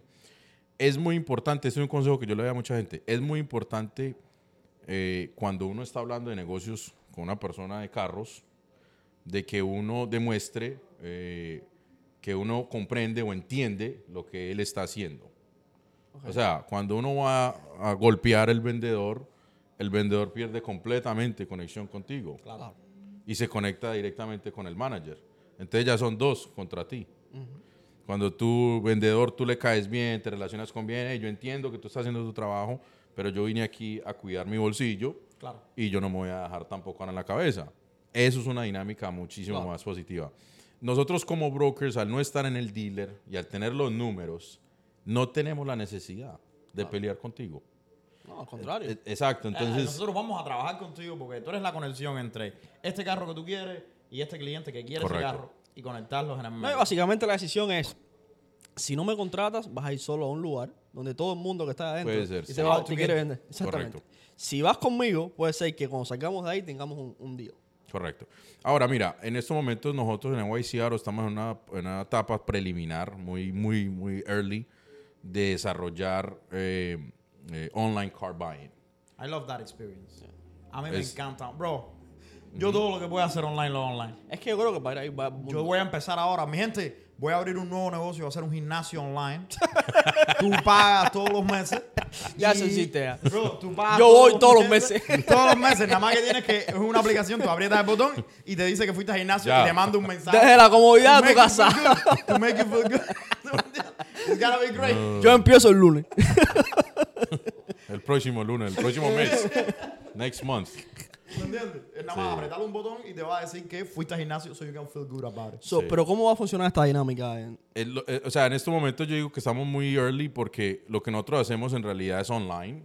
Es muy importante, este es un consejo que yo le doy a mucha gente, es muy importante eh, cuando uno está hablando de negocios con una persona de carros, de que uno demuestre eh, que uno comprende o entiende lo que él está haciendo. O sea, cuando uno va a golpear el vendedor, el vendedor pierde completamente conexión contigo Claro. y se conecta directamente con el manager. Entonces ya son dos contra ti. Cuando tú, vendedor, tú le caes bien, te relacionas con bien, "Hey, yo entiendo que tú estás haciendo tu trabajo, pero yo vine aquí a cuidar mi bolsillo Claro. y yo no me voy a dejar tampoco en la cabeza". Eso es una dinámica muchísimo Claro. más positiva. Nosotros como brokers, al no estar en el dealer y al tener los números, no tenemos la necesidad de pelear contigo. No, al contrario. E- Exacto, Eh, entonces... nosotros vamos a trabajar contigo porque tú eres la conexión entre este carro que tú quieres y este cliente que quiere Correcto. ese carro y conectarlos en el No, y medio. básicamente la decisión es, si no me contratas, vas a ir solo a un lugar donde todo el mundo que está adentro Puede ser, y sí. te, va- Out te to quiere get. vender. Exactamente. Correcto. Si vas conmigo, puede ser que cuando salgamos de ahí tengamos un, un deal. Correcto. Ahora, mira, en estos momentos nosotros en N Y C R estamos en una, en una etapa preliminar, muy, muy, muy early, de desarrollar eh, eh, online car buying. I love that experience. A mí Es- me encanta. Bro, yo todo lo que pueda hacer online, lo online. Es que yo creo que para ahí va... Yo voy a empezar ahora. Mi gente, voy a abrir un nuevo negocio, voy a hacer un gimnasio online. Tú pagas todos los meses. Ya y- eso existe, ya. Bro, tú pagas Yo voy todos los meses. Todos los meses. Nada más que tienes que... Es una aplicación, tú aprietas el botón y te dice que fuiste al gimnasio Ya. y te manda un mensaje. Desde la comodidad To de tu make you casa. feel good. To make you feel good. It's gotta be great. Yo empiezo el lunes. El próximo lunes, el próximo mes. Next month. ¿Me entiendes? Es nada más Sí. apretar un botón y te va a decir que fuiste al gimnasio so you can feel good about it. So, Sí. Pero ¿cómo va a funcionar esta dinámica? En- El- lo- eh, o sea, en estos momentos yo digo que estamos muy early porque lo que nosotros hacemos en realidad es online,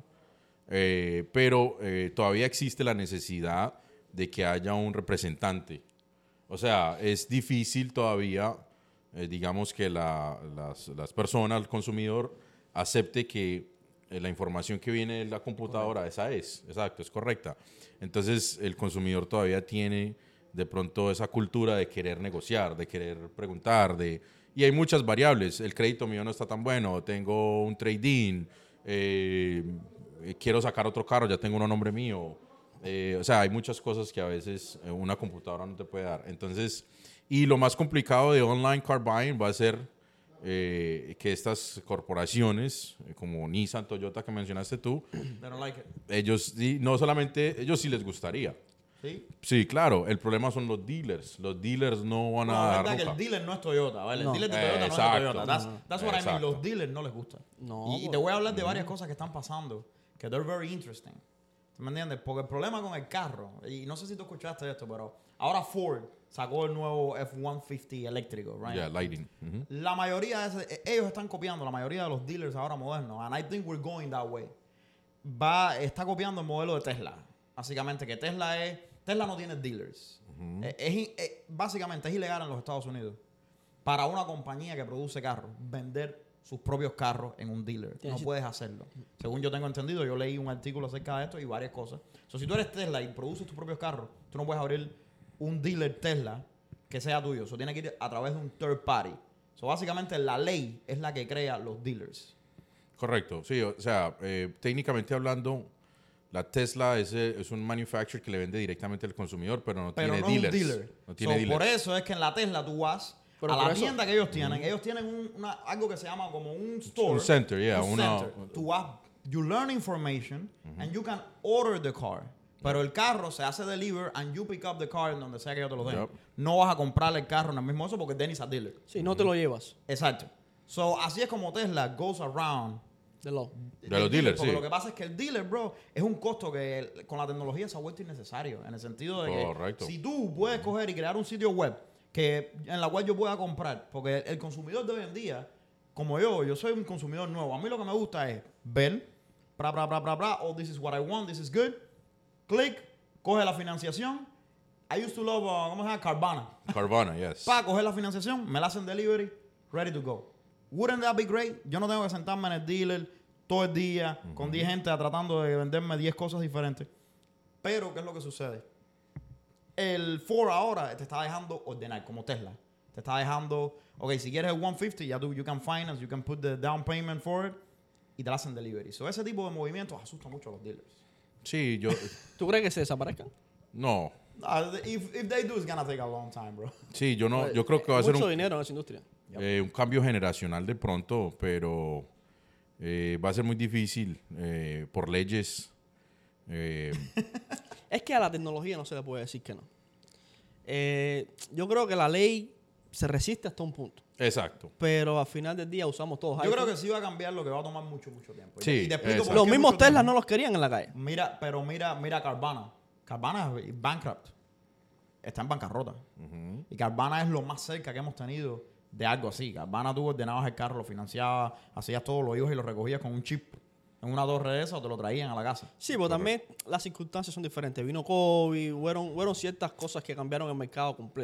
eh, pero eh, todavía existe la necesidad de que haya un representante. O sea, es difícil todavía, eh, digamos, que la- las, las personas, el consumidor, acepte que eh, la información que viene de la computadora, esa es, exacto, es correcta. Entonces, el consumidor todavía tiene de pronto esa cultura de querer negociar, de querer preguntar, de... Y hay muchas variables. El crédito mío no está tan bueno, tengo un trade-in, eh, quiero sacar otro carro, ya tengo uno a nombre mío. Eh, o sea, hay muchas cosas que a veces eh, una computadora no te puede dar. Entonces, y lo más complicado de online car buying va a ser eh, que estas corporaciones, eh, como Nissan, Toyota que mencionaste tú, They don't like it. ellos sí- no solamente, ellos sí les gustaría. ¿Sí? Sí, claro, el problema son los dealers. Los dealers no van a No, la dar verdad que nunca. el dealer no es Toyota, ¿vale? No. El dealer de Eh, Toyota no exacto. es de Toyota. That's, that's what I mean. Exacto. Los dealers no les gusta. No, y, y te pues. voy a hablar de varias cosas que están pasando que they're very interesting. ¿Me entiendes? Porque el problema con el carro, y no sé si tú escuchaste esto, pero ahora Ford sacó el nuevo F ciento cincuenta eléctrico, right? Yeah, lighting. Ujú. La mayoría de ese- ellos están copiando, la mayoría de los dealers ahora modernos, and I think we're going that way. Va, está copiando el modelo de Tesla. Básicamente que Tesla es, Tesla no tiene dealers. Eh, es i- eh, básicamente es ilegal en los Estados Unidos para una compañía que produce carros vender sus propios carros en un dealer. No Tienes- puedes hacerlo. Según yo tengo entendido, yo leí un artículo acerca de esto y varias cosas. So, si tú eres Tesla y produces tus propios carros, tú no puedes abrir un dealer Tesla que sea tuyo. Eso tiene que ir a través de un third party. So, básicamente la ley es la que crea los dealers. Correcto, sí, o sea, eh, técnicamente hablando, la Tesla es, eh, es un manufacturer que le vende directamente al consumidor, pero no Pero tiene no dealers. es un dealer. No tiene So, dealers. por eso es que en la Tesla tú vas Pero a por la eso- tienda que ellos tienen. Ellos tienen un- una, algo que se llama como un store. Un center, yeah, Un una- center. Tú vas, you learn information and you can order the car. Pero el carro se hace deliver and you pick up the car en donde sea que yo te lo den. Yep. No vas a comprarle el carro en el mismo eso porque Dennis a dealer. Sí, no te lo llevas. Exacto. So, así es como Tesla goes around De lo. De del los dealers, porque sí. lo que pasa es que el dealer, bro, es un costo que el- con la tecnología se ha vuelto innecesario. En el sentido de Correcto. que si tú puedes coger y crear un sitio web que en la cual yo pueda comprar, porque el, el consumidor de hoy en día, como yo, yo soy un consumidor nuevo. A mí lo que me gusta es ver, bra, bra, bra, bra, bra, oh, this is what I want, this is good. Click, coge la financiación. I used to love, uh, ¿cómo se llama? Carvana. Carvana, yes. Para coger la financiación, me la hacen delivery, ready to go. Wouldn't that be great? Yo no tengo que sentarme en el dealer todo el día con diez gente tratando de venderme diez cosas diferentes. Pero, ¿qué es lo que sucede? El Ford ahora te está dejando ordenar, como Tesla. Te está dejando, ok, si quieres el ciento cincuenta, ya tú, you can finance, you can put the down payment for it, y te la hacen delivery. So, ese tipo de movimientos asusta mucho a los dealers. Sí, yo... ¿Tú crees que se desaparezcan? No. Uh, if, if they do, it's gonna take a long time, bro. Sí, yo no... Yo creo que va a ser Mucho un, dinero en esa industria. eh, un cambio generacional de pronto, pero eh, va a ser muy difícil eh, por leyes. eh, Es que a la tecnología no se le puede decir que no. Eh, yo creo que la ley se resiste hasta un punto. exacto. Pero al final del día usamos todos Yo iPhone. creo que sí va a cambiar, lo que va a tomar mucho, mucho tiempo. Y- Sí, y te explico exacto. por Los qué mismos mucho Tesla tiempo. no los querían en la calle. Mira, pero mira, mira Carvana. Carvana es bankrupt. Está en bancarrota. Y Carvana es lo más cerca que hemos tenido de algo así. Carvana tú ordenabas el carro, lo financiabas, hacías todo, lo ibas y lo recogías con un chip en una torre de esa o te lo traían a la casa. Sí, pero también las circunstancias son diferentes. Vino COVID, fueron, fueron ciertas cosas que cambiaron el mercado completo.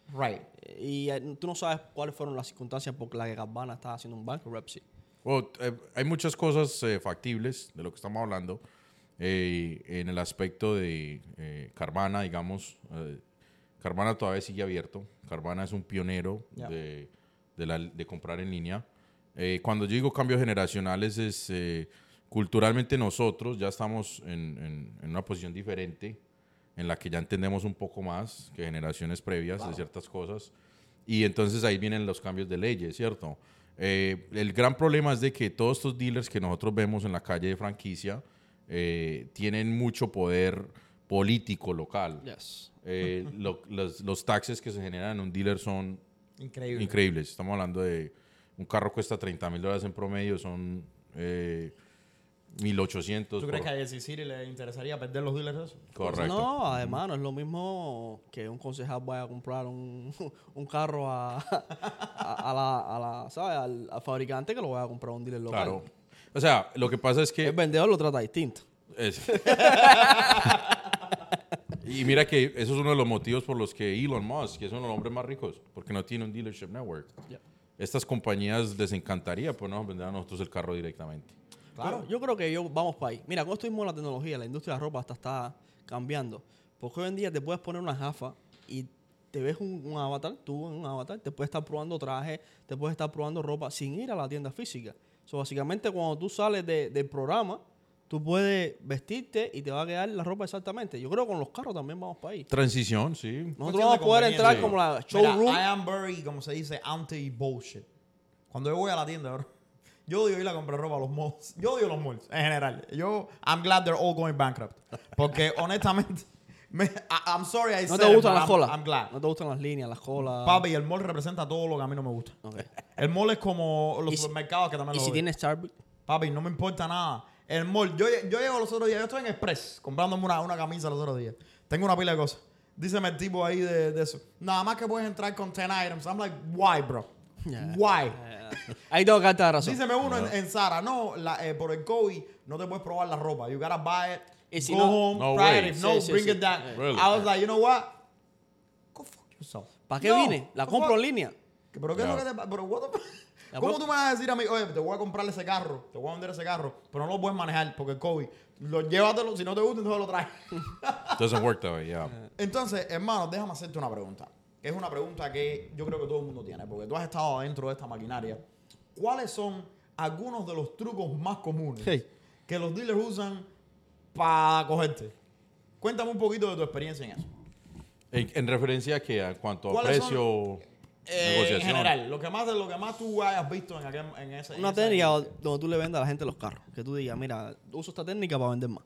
Right. Y eh, tú no sabes cuáles fueron las circunstancias por las que Carvana estaba haciendo un bankruptcy. Bueno, eh, hay muchas cosas eh, factibles de lo que estamos hablando eh, en el aspecto de eh, Carvana, digamos. Eh, Carvana todavía sigue abierto. Carvana es un pionero Yeah. de, de, la- de comprar en línea. Eh, cuando yo digo cambios generacionales es eh, culturalmente nosotros ya estamos en, en- en una posición diferente en la que ya entendemos un poco más que generaciones previas de ciertas cosas. Y entonces ahí vienen los cambios de leyes, ¿cierto? Eh, el gran problema es de que todos estos dealers que nosotros vemos en la calle de franquicia eh, tienen mucho poder político local. Yes. Eh, lo- los, los taxes que se generan en un dealer son Increíble. increíbles. Estamos hablando de un carro cuesta treinta mil dólares en promedio, son eh, mil ochocientos. ¿Tú crees por- que a Jessie City le interesaría perder los dealers de eso? Correcto. No, además no es lo mismo que un concejal vaya a comprar un, un carro a, a, a la, a la, ¿sabes? Al, al fabricante que lo vaya a comprar un dealer local. Claro. O sea, lo que pasa es que... El vendedor lo trata distinto. Es- y mira que eso es uno de los motivos por los que Elon Musk, que es uno de los hombres más ricos, porque no tiene un dealership network. Yeah. Estas compañías les encantaría pues nos vender a nosotros el carro directamente. Claro. Yo, yo creo que yo vamos para ahí. Mira, con esto mismo de la tecnología, la industria de la ropa hasta está cambiando. Porque hoy en día te puedes poner una gafa y te ves un, un avatar, tú en un avatar, te puedes estar probando trajes, te puedes estar probando ropa sin ir a la tienda física. So, básicamente, cuando tú sales de- del programa, tú puedes vestirte y te va a quedar la ropa exactamente. Yo creo que con los carros también vamos para ahí. Transición, sí. Nosotros Cuestión vamos a de poder conveniencia. entrar como la Mira, showroom. I am very, como se dice, anti-bullshit. Cuando yo voy a la tienda, bro, yo odio ir a comprar ropa a los malls. Yo odio los malls, en general. Yo, I'm glad they're all going bankrupt. Porque, honestamente, me, I- I'm sorry I ¿No said te it, gustan but las I'm- colas? I'm glad. ¿No te gustan las líneas, las colas? Papi, el mall representa todo lo que a mí no me gusta. Ok. El mall es como los ¿Y si- supermercados que también ¿Y lo si odio. tiene Starbucks? Papi, no me importa nada. El mall, yo, yo llego los otros días, yo estoy en Express comprándome una, una camisa los otros días. Tengo una pila de cosas. Díceme el tipo ahí de, de eso. Nada más que puedes entrar con ten items. I'm like, why, bro? Yeah. Why? Ahí tengo que darte la razón. Díceme uno en, en Zara, no, la, eh, por el COVID no te puedes probar la ropa. You gotta buy it, Y si go no- home, No try way. it. If no, Sí, sí, bring sí. it down. Really? I was like, you know what? Go fuck yourself. ¿Para qué No, vine? La go compro fuck- en línea. ¿Qué- ¿Pero qué es Yeah. lo que te pasa? Pero what the- La ¿Cómo pro- tú me vas a decir a mí, oye, te voy a comprarle ese carro, te voy a vender ese carro, pero no lo puedes manejar porque el COVID? Lo, llévatelo, si no te gusta, entonces lo traes. Doesn't work that way, yeah. Entonces, hermano, déjame hacerte una pregunta. Que es una pregunta que yo creo que todo el mundo tiene, porque tú has estado dentro de esta maquinaria. ¿Cuáles son algunos de los trucos más comunes Hey. que los dealers usan para cogerte? Cuéntame un poquito de tu experiencia en eso. En, en referencia a que a cuanto a ¿Cuáles precio, Eh, en negociación. general, lo que más, lo que más tú hayas visto en, aquel, en ese... en Una esa técnica industria. donde tú le vendas a la gente los carros. Que tú digas, mira, uso esta técnica para vender más.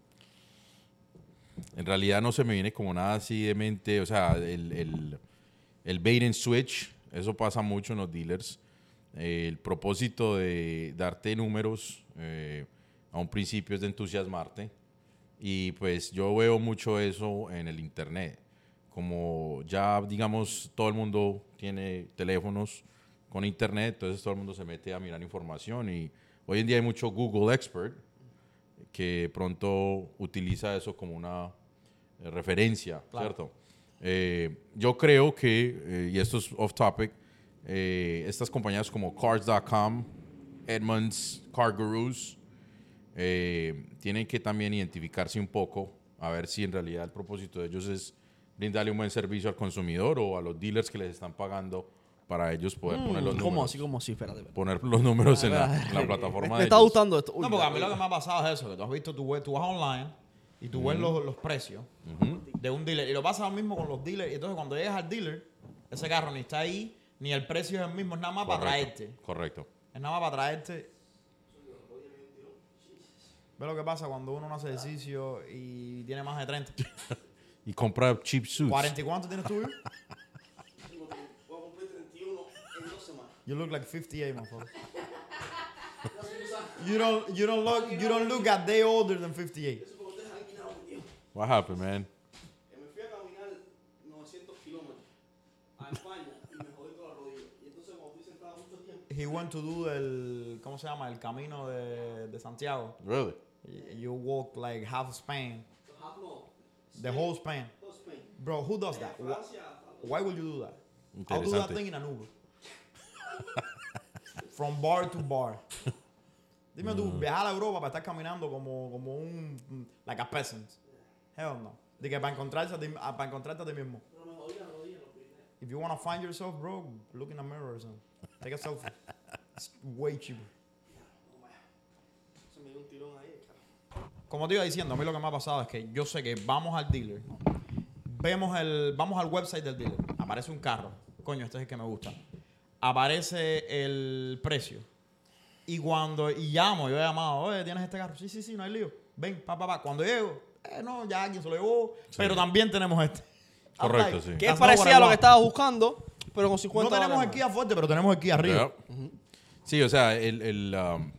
En realidad no se me viene como nada así de mente. O sea, el, el, el bait and switch, eso pasa mucho en los dealers. Eh, el propósito de darte números eh, a un principio es de entusiasmarte. Y pues yo veo mucho eso en el internet. Como ya, digamos, todo el mundo tiene teléfonos con internet, entonces todo el mundo se mete a mirar información. Y hoy en día hay mucho Google Expert que pronto utiliza eso como una eh, referencia, Claro. ¿cierto? Eh, yo creo que, eh, y esto es off topic, eh, estas compañías como Cars punto com, Edmunds, Car Gurus, eh, tienen que también identificarse un poco a ver si en realidad el propósito de ellos es brindarle un buen servicio al consumidor o a los dealers que les están pagando para ellos poder poner los Mm, ¿Cómo números. así? ¿Cómo así? Espérate, espérate. Poner los números en la, en la plataforma Me de está ellos. gustando esto. Uy, No, porque a mí la- lo que me ha pasado es eso, que tú has visto, tú, ves- tú vas online y tú ves los, los precios de un dealer. Y lo pasa lo mismo con los dealers. Y entonces cuando llegas al dealer, ese carro ni está ahí, ni el precio es el mismo, es nada más para Correcto, traerte. Correcto. Es nada más para traerte. Ve lo que pasa cuando uno no hace ejercicio y tiene más de treinta. Y compra cheap suits. ¿cuarenta y cuánto tienes tú? Will? Voy a cumplir treinta y uno en dos semanas. You look like fifty-eight, my father. You don't, you don't look, you don't look a day older than fifty-eight. What happened, man? Me fui a caminar novecientos kilómetros a España y me jodí toda la rodilla. Y entonces cuando estoy sentado mucho tiempo... He went to do el, ¿cómo se llama? El camino de, de Santiago. Really? Y- You walk like half Spain, No, the whole Spain. no Spain. Bro, who does that? Wh- Francia, Why would you do that? I'll do that Interesante. thing in an Uber. From bar to bar. Dime tú, viajar a Europa para estar caminando como, como un... like a peasant. Hell no. De que para encontrarse a ti, a- para encontrarte a ti mismo. If you want to find yourself, bro, look in a mirror or something. Take a selfie. It's way cheaper. Se me dio un tirón ahí, Como te iba diciendo, a mí lo que me ha pasado es que yo sé que vamos al dealer, vemos el, vamos al website del dealer, aparece un carro, coño, este es el que me gusta, aparece el precio, y cuando, y llamo, yo he llamado, oye, ¿tienes este carro? Sí, sí, sí, no hay lío, ven, pa, pa, pa, cuando llego, eh, no, ya alguien se lo llevó, Sí. pero también tenemos este. Correcto, I'm sí. Que es that's not parecido what I a lo que want. estaba buscando, pero con No cincuenta tenemos el dólares Kia fuerte, pero tenemos el Kia arriba. Ya. Sí, o sea, el, el, um,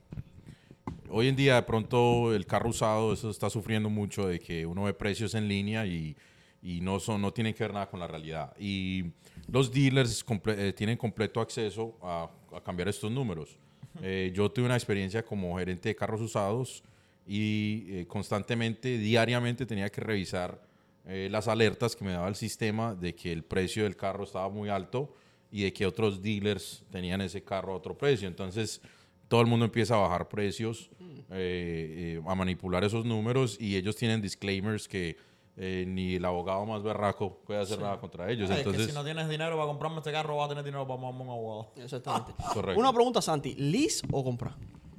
hoy en día de pronto el carro usado, eso está sufriendo mucho de que uno ve precios en línea y, y no, son, no tienen que ver nada con la realidad. Y los dealers comple- eh, tienen completo acceso a, a cambiar estos números. Eh, yo tuve una experiencia como gerente de carros usados y eh, constantemente, diariamente tenía que revisar eh, las alertas que me daba el sistema de que el precio del carro estaba muy alto y de que otros dealers tenían ese carro a otro precio. Entonces, todo el mundo empieza a bajar precios, eh, eh, a manipular esos números y ellos tienen disclaimers que eh, ni el abogado más berraco puede hacer nada contra ellos. Ay, es Entonces, que si no tienes dinero para comprarme este carro, vas a tener dinero para comprarme un abogado. Exactamente. Correcto. Una pregunta, Santi. ¿Lease o comprar?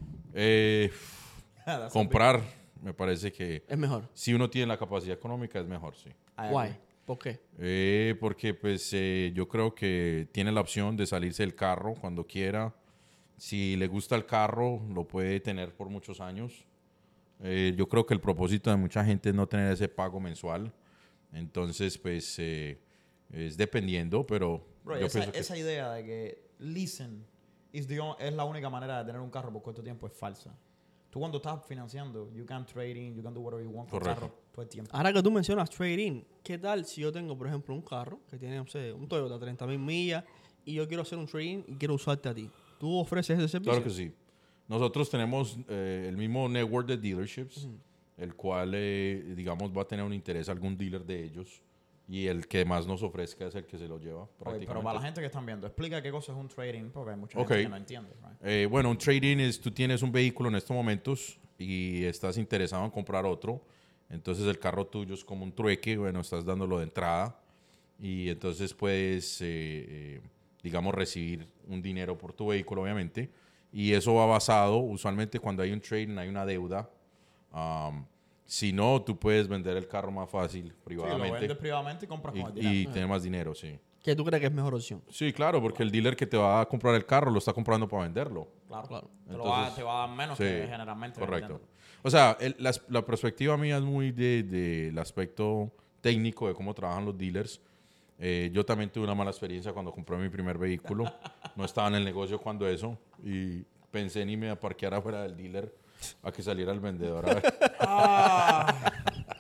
eh, That's a comprar, me parece que Es mejor. si uno tiene la capacidad económica es mejor, sí. big- I Why? agree. ¿Por qué? Eh, porque pues eh, yo creo que tiene la opción de salirse del carro cuando quiera. Si le gusta el carro, lo puede tener por muchos años. Eh, yo creo que el propósito de mucha gente es no tener ese pago mensual. Entonces, pues eh, es dependiendo, pero Bro, yo esa, pienso que esa idea de que leasing is the on- es la única manera de tener un carro por corto tiempo es falsa. Tú cuando estás financiando, you can trade in, you can do whatever you want con el Correcto. carro todo el tiempo. Ahora que tú mencionas trading, ¿qué tal si yo tengo, por ejemplo, un carro que tiene, no sé, un Toyota treinta mil millas y yo quiero hacer un trading y quiero usarte a ti? ¿Tú ofreces ese servicio? claro que sí. Nosotros tenemos eh, el mismo network de dealerships, el cual, eh, digamos, va a tener un interés algún dealer de ellos y el que más nos ofrezca es el que se lo lleva Oye, prácticamente. pero para la gente que están viendo, explica qué cosa es un trading, porque hay mucha Ok. gente que no entiende. Right? Eh, bueno, un trading es tú tienes un vehículo en estos momentos y estás interesado en comprar otro. Entonces el carro tuyo es como un trueque, bueno, estás dándolo de entrada y entonces puedes, eh, eh, digamos, recibir un dinero por tu vehículo, obviamente. Y eso va basado, usualmente cuando hay un trading hay una deuda. Um, si no, tú puedes vender el carro más fácil Sí, lo privadamente vendes privadamente y compras y, con el dinero. y tener más dinero, sí. ¿Qué tú crees que es mejor opción? Sí, claro, porque el dealer que te va a comprar el carro lo está comprando para venderlo. Claro, Claro. Te, lo va, Entonces, te va a dar menos Sí, que generalmente. correcto. vendiendo. O sea, el- la, la perspectiva mía es muy del de, del aspecto técnico de cómo trabajan los dealers. Eh, yo también tuve una mala experiencia cuando compré mi primer vehículo. No estaba en el negocio cuando eso y pensé ni me parqueara fuera del dealer a que saliera el vendedor a ver, Ah,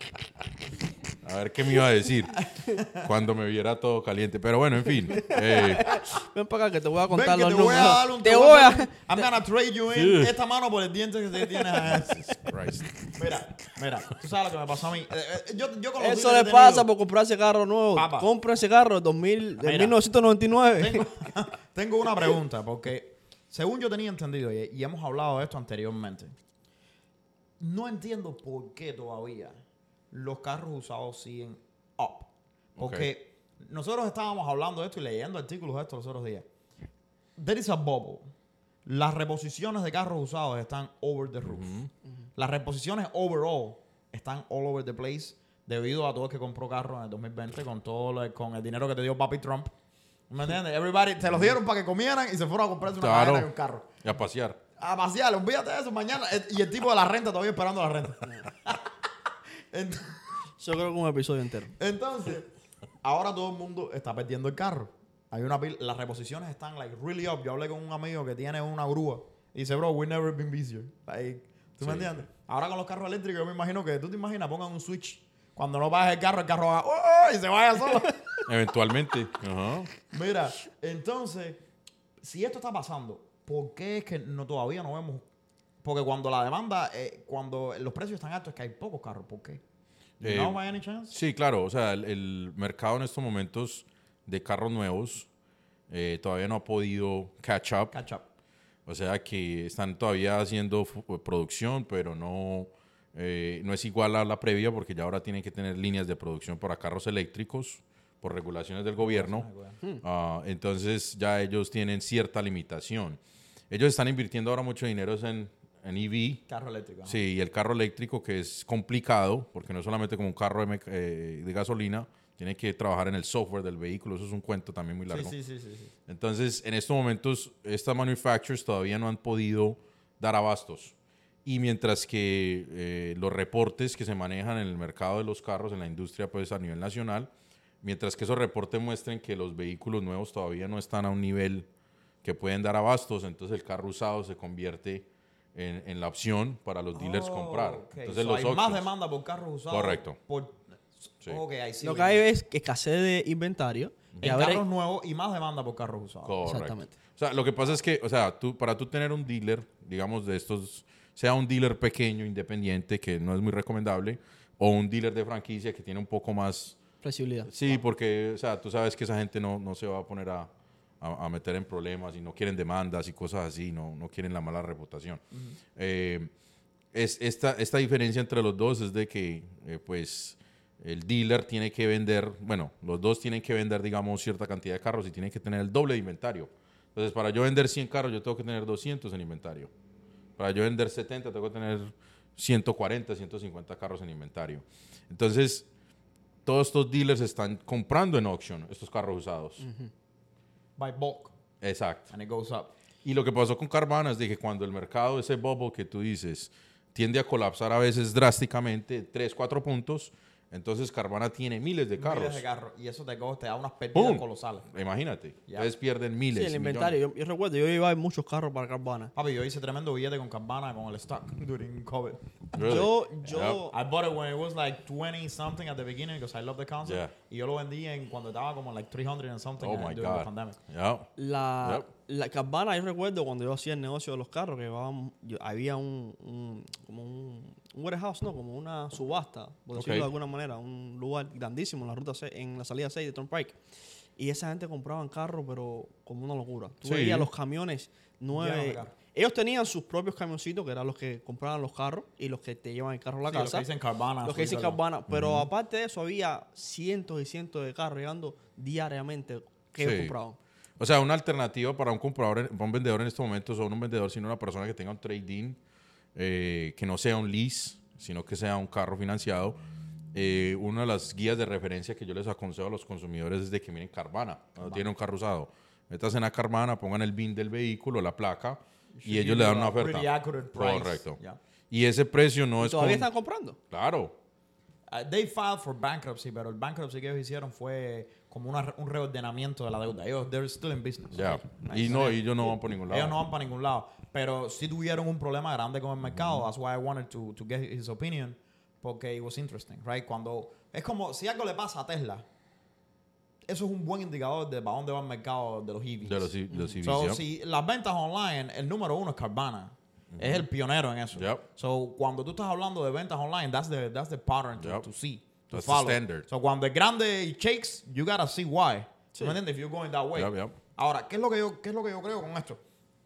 a ver qué me iba a decir cuando me viera todo caliente. Pero bueno, en fin. eh, Ven para acá que te voy a ven contar que los te voy a números. dar un... te voy a... hacer un- I'm gonna trade you in Sí. esta mano por el diente que te tienes a Christ. Mira, mira, tú sabes lo que me pasó a mí. Eh, eh, yo, yo con los Eso dealers le he pasa tenido- por comprar ese carro nuevo. Papá. Compra ese carro de, dos mil, de Mira. mil novecientos noventa y nueve. Tengo, tengo una pregunta, porque según yo tenía entendido, y, y hemos hablado de esto anteriormente, no entiendo por qué todavía los carros usados siguen up. Porque nosotros estábamos hablando de esto y leyendo artículos de esto los otros días. There is a bubble. Las reposiciones de carros usados están over the roof. Las reposiciones overall están all over the place debido a todo el que compró carro en el dos mil veinte con todo lo- con el dinero que te dio Papi Trump. ¿Me entiendes? Everybody te los dieron para que comieran y se fueron a comprarse una Claro. cadena y un carro. Y a pasear. A pasear, olvídate de eso mañana. Eh, Y el tipo de la renta todavía esperando la renta. Ent- Yo creo que un episodio entero. Entonces, ahora todo el mundo está perdiendo el carro. Hay una pila- las reposiciones están like really up. Yo hablé con un amigo que tiene una grúa y dice, bro, we never been busier. Like, ¿tú me Sí. entiendes? Ahora con los carros eléctricos, yo me imagino que tú te imaginas, pongan un switch. Cuando no bajes el carro, el carro va ¡oh! oh", y se vaya solo. Eventualmente. Ajá. Mira, entonces, si esto está pasando, ¿por qué es que no, todavía no vemos? Porque cuando la demanda, eh, cuando los precios están altos, es que hay pocos carros. ¿Por qué? Eh, ¿No by any chance? Sí, claro. O sea, el, el mercado en estos momentos de carros nuevos eh, todavía no ha podido catch up. Catch up. O sea que están todavía haciendo fu- producción, pero no, eh, no es igual a la previa porque ya ahora tienen que tener líneas de producción para carros eléctricos por regulaciones del gobierno. Ah, entonces ya ellos tienen cierta limitación. Ellos están invirtiendo ahora mucho dinero en, en E V. Carro eléctrico. Sí, y el carro eléctrico que es complicado porque no es solamente como un carro de, mec- eh, de gasolina, tiene que trabajar en el software del vehículo. Eso es un cuento también muy largo. Sí, sí, sí, sí, sí. Entonces, en estos momentos, estas manufacturers todavía no han podido dar abastos. Y mientras que eh, los reportes que se manejan en el mercado de los carros, en la industria pues a nivel nacional, mientras que esos reportes muestren que los vehículos nuevos todavía no están a un nivel que pueden dar abastos, entonces el carro usado se convierte en, en la opción para los dealers Oh, comprar. ok. Entonces, So, los hay más auctions- demanda por carros usados. Correcto. Por... Sí. Ok, ahí sí. Lo que hay es que escasez de inventario. Y En a ver- carros nuevos y más demanda por carros usados. Correcto. Exactamente. O sea, lo que pasa es que, o sea, tú, para tú tener un dealer, digamos, de estos, sea un dealer pequeño, independiente, que no es muy recomendable, o un dealer de franquicia que tiene un poco más... flexibilidad. Sí, porque, o sea, tú sabes que esa gente no, no se va a poner a, a, a meter en problemas y no quieren demandas y cosas así, no, no quieren la mala reputación. Eh, es, esta, esta diferencia entre los dos es de que, eh, pues, el dealer tiene que vender, bueno, los dos tienen que vender, digamos, cierta cantidad de carros y tienen que tener el doble de inventario. Entonces, para yo vender cien carros, yo tengo que tener doscientos en inventario. Para yo vender setenta, tengo que tener ciento cuarenta, ciento cincuenta carros en inventario. Entonces, todos estos dealers están comprando en auction estos carros usados. By bulk. Exacto. And it goes up. Y lo que pasó con Carvana es de que cuando el mercado, ese bubble que tú dices, tiende a colapsar a veces drásticamente, tres, cuatro puntos, entonces Carvana tiene miles de carros. Miles de carros. Y eso te, co- te da unas pérdidas ¡Pum! colosales. Imagínate. Ya. Ustedes pierden miles. Sí, el y inventario. millones. Yo, yo recuerdo, yo iba a muchos carros para Carvana. Papi, yo hice tremendo billete con Carvana con el stock during COVID. Really? Yo, yo, I bought it when it was like twenty something at the beginning because I love the concept. Yeah. Y yo lo vendí en cuando estaba como like three hundred and something Oh uh, my during the God. pandemic. Yeah. la, Yep. la Carvana, yo recuerdo cuando yo hacía el negocio de los carros, que llevaban- yo- había un, un- como un, un warehouse, ¿no? Como una subasta, por decirlo Ok. de alguna manera, un lugar grandísimo en la ruta seis, en la salida seis de Turnpike. Y esa gente compraban carros, pero como una locura. Tú Sí. veías los camiones Llenos nueve. de carros. Ellos tenían sus propios camioncitos, que eran los que compraban los carros y los que te llevan el carro a la Sí, lo casa. que dicen Carvana. Los que dicen sí, perdón. Carvana. Pero aparte de eso, había cientos y cientos de carros llegando diariamente que ellos Sí. compraban. O sea, una alternativa para un comprador, para un vendedor en estos momentos, o no un vendedor, sino una persona que tenga un trading, eh, que no sea un lease, sino que sea un carro financiado. Eh, una de las guías de referencia que yo les aconsejo a los consumidores es de que miren Carvana, cuando tienen un carro usado. Métanse a Carvana, pongan el B I N del vehículo, la placa, y ellos le dan una oferta. Pretty accurate price. Correcto. Yeah. Y ese precio no ¿Y es todavía con- están comprando? Claro. Uh, they filed for bankruptcy, pero el bankruptcy que ellos hicieron fue como una, un reordenamiento de la deuda. Ellos, they're still in business. Ya. Nice. Y no, y ellos no van por ningún lado. Ellos no van para ningún lado. Pero sí tuvieron un problema grande con el mercado. That's why I wanted to, to get his opinion. Porque it was interesting, right? Cuando... Es como si algo le pasa a Tesla. Eso es un buen indicador de para dónde va el mercado de los E Vs. De los, de los E Vs, So, ya. si las ventas online, el número uno es Carvana. Es el pionero en eso. Yep. So, cuando tú estás hablando de ventas online, that's the, that's the pattern to, Yep. to see, to That's the follow. standard. So, cuando es grande y shakes, you gotta see why. ¿Me entiendes? If you're going that way. Yep, yep. Ahora, ¿qué es, lo que yo, ¿qué es lo que yo creo con esto?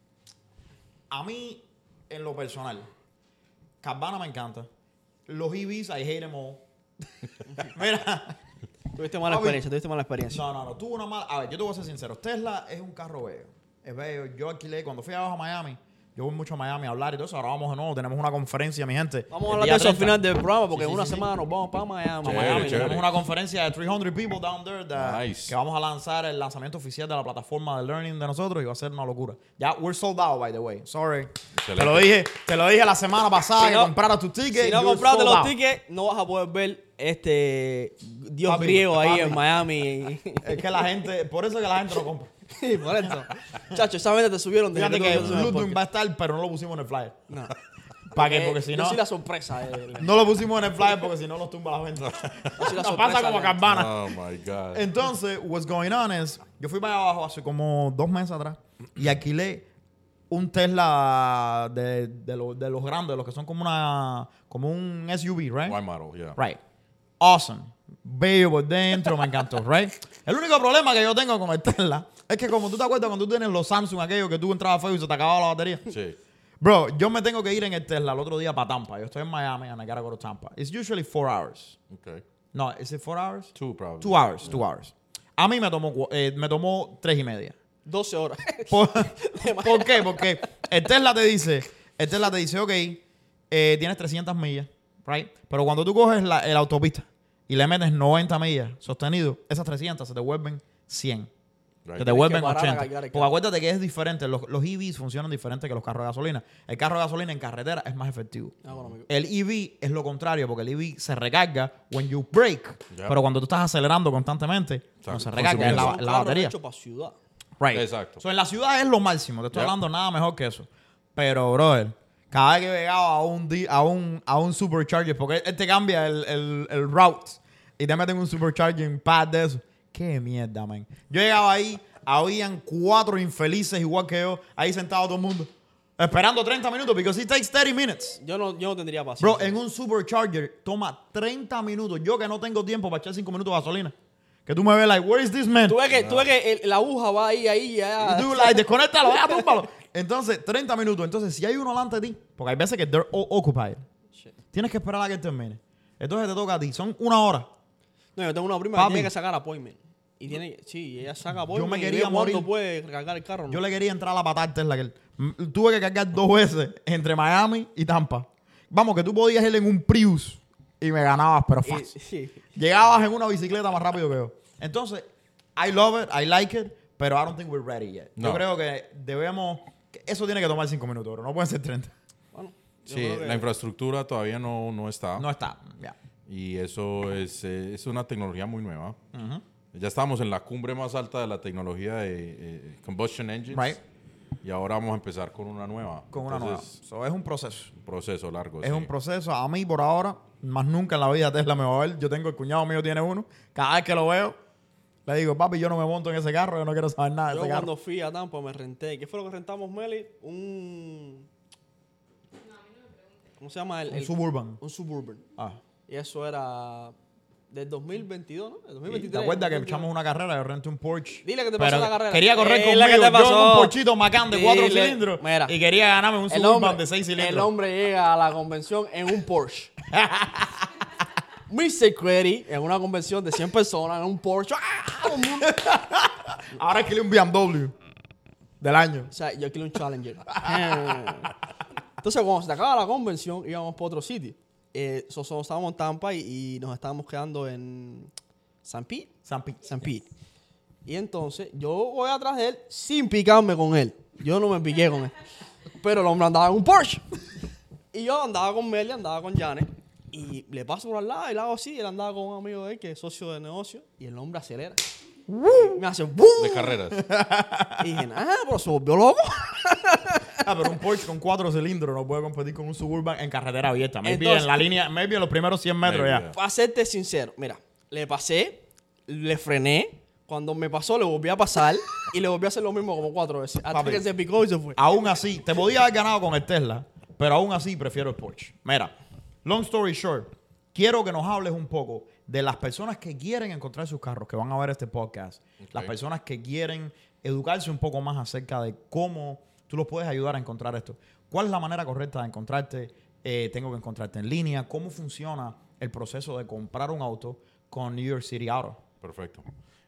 A mí, en lo personal, Carvana me encanta. Los E Vs, I hate them all. Mira... Tuviste mala Papi, experiencia, tuviste mala experiencia. No, no, no. Tuvo una mala... A ver, yo te voy a ser sincero. Tesla es un carro bello. Es bello. Yo alquilé... Cuando fui abajo a Miami, yo voy mucho a Miami a hablar y todo eso. Ahora vamos de nuevo. Tenemos una conferencia, mi gente. Vamos a el hablar día de eso al treinta. final del programa porque Sí, en sí, una sí, sí. semana nos vamos para Miami. A Chévere, Miami. chévere. Tenemos una conferencia de trescientos people down there that- Nice. que vamos a lanzar el lanzamiento oficial de la plataforma de learning de nosotros y va a ser una locura. Ya, we're sold out, by the way. Sorry. Te lo dije, te lo dije la semana pasada Si que no- compraras tu ticket. Si no you're compraste sold los out. tickets, no vas a poder ver este Dios Papi, griego ahí papi. en Miami. Es que la gente... Por eso es que la gente lo compra. Sí, por eso. Chacho, esa venta te subieron de Fíjate que no te Bluetooth va a estar, pero no lo pusimos en el flyer. No. ¿Para qué? Porque si yo no... soy la sorpresa. eh. No lo pusimos en el flyer porque si no los tumba la venta. Yo soy la Nos sorpresa pasa como de- Carvana. Oh my God. Entonces, what's going on is, yo fui para allá abajo hace como dos meses atrás y alquilé un Tesla de, de, lo- de los grandes, los que son como una como un S U V, right? Y model, yeah. Right. Awesome. bello por dentro, me encantó, right? El único problema que yo tengo con el Tesla es que como tú te acuerdas cuando tú tienes los Samsung aquellos que tú entrabas a Facebook y se te acababa la batería. Sí. Bro, yo me tengo que ir en el Tesla el otro día para Tampa. Yo estoy en Miami and I gotta go to Tampa. It's usually four hours. Okay. No, is it four hours? Two, probably. Two hours, two hours. A mí me tomó, cu- eh, me tomó tres y media. doce horas. ¿Por, ¿por qué? Porque el Tesla te dice, el Tesla te dice, ok, eh, tienes trescientas millas, right? Pero cuando tú coges la, la autopista y le metes noventa millas sostenido, esas trescientas se te vuelven cien. Right. Se te vuelven parar a ochenta. cargar el Porque carro. acuérdate que es diferente. Los, los E Vs funcionan diferente que los carros de gasolina. El carro de gasolina en carretera es más efectivo. Económico. El E V es lo contrario, porque el E V se recarga when you brake. Ya. Pero cuando tú estás acelerando constantemente, Exacto. no se recarga, es la, Son la carros batería. hechos para ciudad. Right. Exacto. So, en la ciudad es lo máximo. Te estoy Ya. hablando nada mejor que eso. Pero, brother, cada vez que llegaba a un, di- a un, a un supercharger, porque él te cambia el, el, el route y te meten un supercharging pad de eso. Qué mierda, man. Yo llegaba ahí, habían cuatro infelices igual que yo, ahí sentado todo el mundo, esperando treinta minutos, because it takes thirty minutes. Yo no, yo no tendría Bro, paciencia. en un supercharger toma treinta minutos. Yo que no tengo tiempo para echar cinco minutos de gasolina. Que tú me ves, like, where is this man? Tú ves que, tú ves que el- la aguja va ahí, ahí, ya. Y tú, like, desconéctalo, ya, túmbalo. Entonces, treinta minutos. Entonces, si hay uno delante de ti, porque hay veces que they're all occupied, Shit. tienes que esperar a que termine. Entonces, te toca a ti. Son una hora. No, yo tengo una prima Papi. que tiene que sacar appointment. Y tiene, sí, ella saca appointment. me y quería ve cuándo morir. puede recargar el carro. ¿no? Yo le quería entrar a la patada al Tesla. Que él- m- tuve que cargar dos veces entre Miami y Tampa. Vamos, que tú podías ir en un Prius y me ganabas, pero Y- fácil. sí. Llegabas en una bicicleta más rápido que yo. Entonces, I love it, I like it, pero I don't think we're ready yet. Yo No. creo que debemos... que eso tiene que tomar cinco minutos, bro. No pueden ser treinta. Bueno, yo Sí, creo que- la infraestructura todavía no, no está. No está. Ya. Y eso es, eh, es una tecnología muy nueva. Ya estamos en la cumbre más alta de la tecnología de eh, combustion engines. Right. Y ahora vamos a empezar con una nueva. Con una nueva. Entonces, So, es un proceso. un proceso largo. Es sí. un proceso. A mí, por ahora, más nunca en la vida Tesla me va a ver. Yo tengo, el cuñado mío tiene uno. Cada vez que lo veo, le digo, papi, yo no me monto en ese carro. Yo no quiero saber nada de Yo ese cuando carro. fui a Tampa me renté. ¿Qué fue lo que rentamos, Meli? Un... ¿Cómo se llama? El, Un el- Suburban. Un Suburban. Ah. Y eso era del dos mil veintidós, ¿no? Del dos mil ¿Y veintitrés. ¿Te acuerdas que dos mil veintidós. echamos una carrera? Yo renté un Porsche. Dile que te Pero pasó la carrera. Quería correr Dile conmigo. que te Yo en pasó. un Porchito Macán de cuatro Dile- cilindros. Mira. Y quería ganarme un El Suburban hombre, de seis cilindros. el hombre llega a la convención en un Porsche. mister Query en una convención de cien personas en un Porsche. ¡Ah! Todo el mundo. Ahora alquilé un B M W del año. O sea, yo quiero un Challenger. Entonces, cuando se acaba la convención, íbamos para otro sitio. Eh, so- so- estábamos en Tampa y, y nos estábamos quedando en San Pete. San Pete. San Pete. Y entonces, yo voy atrás de él sin picarme con él. Yo no me piqué con él. Pero el hombre andaba en un Porsche. Y yo andaba con Meli, andaba con Janet. Y le paso por al lado y le hago así. Él andaba con un amigo de él que es socio de negocio. Y el hombre acelera. Me hace ¡bum! De carreras. Y dije, ah, pero se volvió loco. Ah, pero un Porsche con cuatro cilindros no puede competir con un Suburban en carretera abierta. Maybe Entonces- en la línea, maybe en los primeros cien metros Maybe, ya. yeah. Para serte sincero, mira, le pasé, le frené. Cuando me pasó, le volví a pasar. Y le volví a hacer lo mismo como cuatro veces. Hasta Papi. que se picó y se fue. Aún así, te podía haber ganado con el Tesla, pero aún así prefiero el Porsche. Mira, long story short, quiero que nos hables un poco de las personas que quieren encontrar sus carros, que van a ver este podcast. Las personas que quieren educarse un poco más acerca de cómo tú los puedes ayudar a encontrar esto. ¿Cuál es la manera correcta de encontrarte? Eh, tengo que encontrarte en línea. ¿Cómo funciona el proceso de comprar un auto con New York City Auto? Perfecto.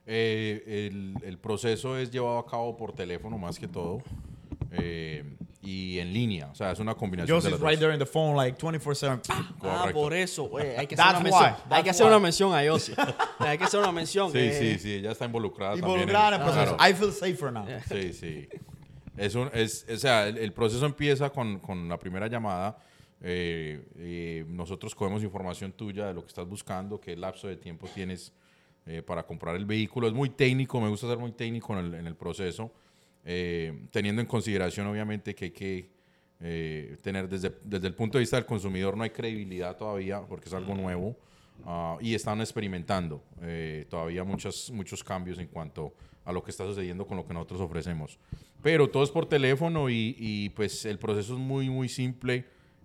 Eh, el, el proceso es llevado a cabo por teléfono más que todo eh, y en línea. O sea, es una combinación de Josie's las right dos. there in the phone, like twenty-four seven. Ah, Correcto. por eso, güey. Hay que That's hacer, una mención, why, hay that's que hacer why. una mención a Yossi. Hay que hacer una mención. Sí, que- sí, sí. Ella está involucrada Involucrada en también. el proceso. Claro. I feel safer now. Sí, sí. Es un, es, o sea, el, el proceso empieza con, con la primera llamada. Eh, eh, nosotros cogemos información tuya de lo que estás buscando, qué lapso de tiempo tienes eh, para comprar el vehículo. Es muy técnico, me gusta ser muy técnico en el, en el proceso, eh, teniendo en consideración obviamente que hay que eh, tener desde, desde el punto de vista del consumidor no hay credibilidad todavía porque es algo nuevo. Uh, y están experimentando eh, todavía muchos, muchos cambios en cuanto a lo que está sucediendo con lo que nosotros ofrecemos. Pero todo es por teléfono y, y, pues el proceso es muy, muy simple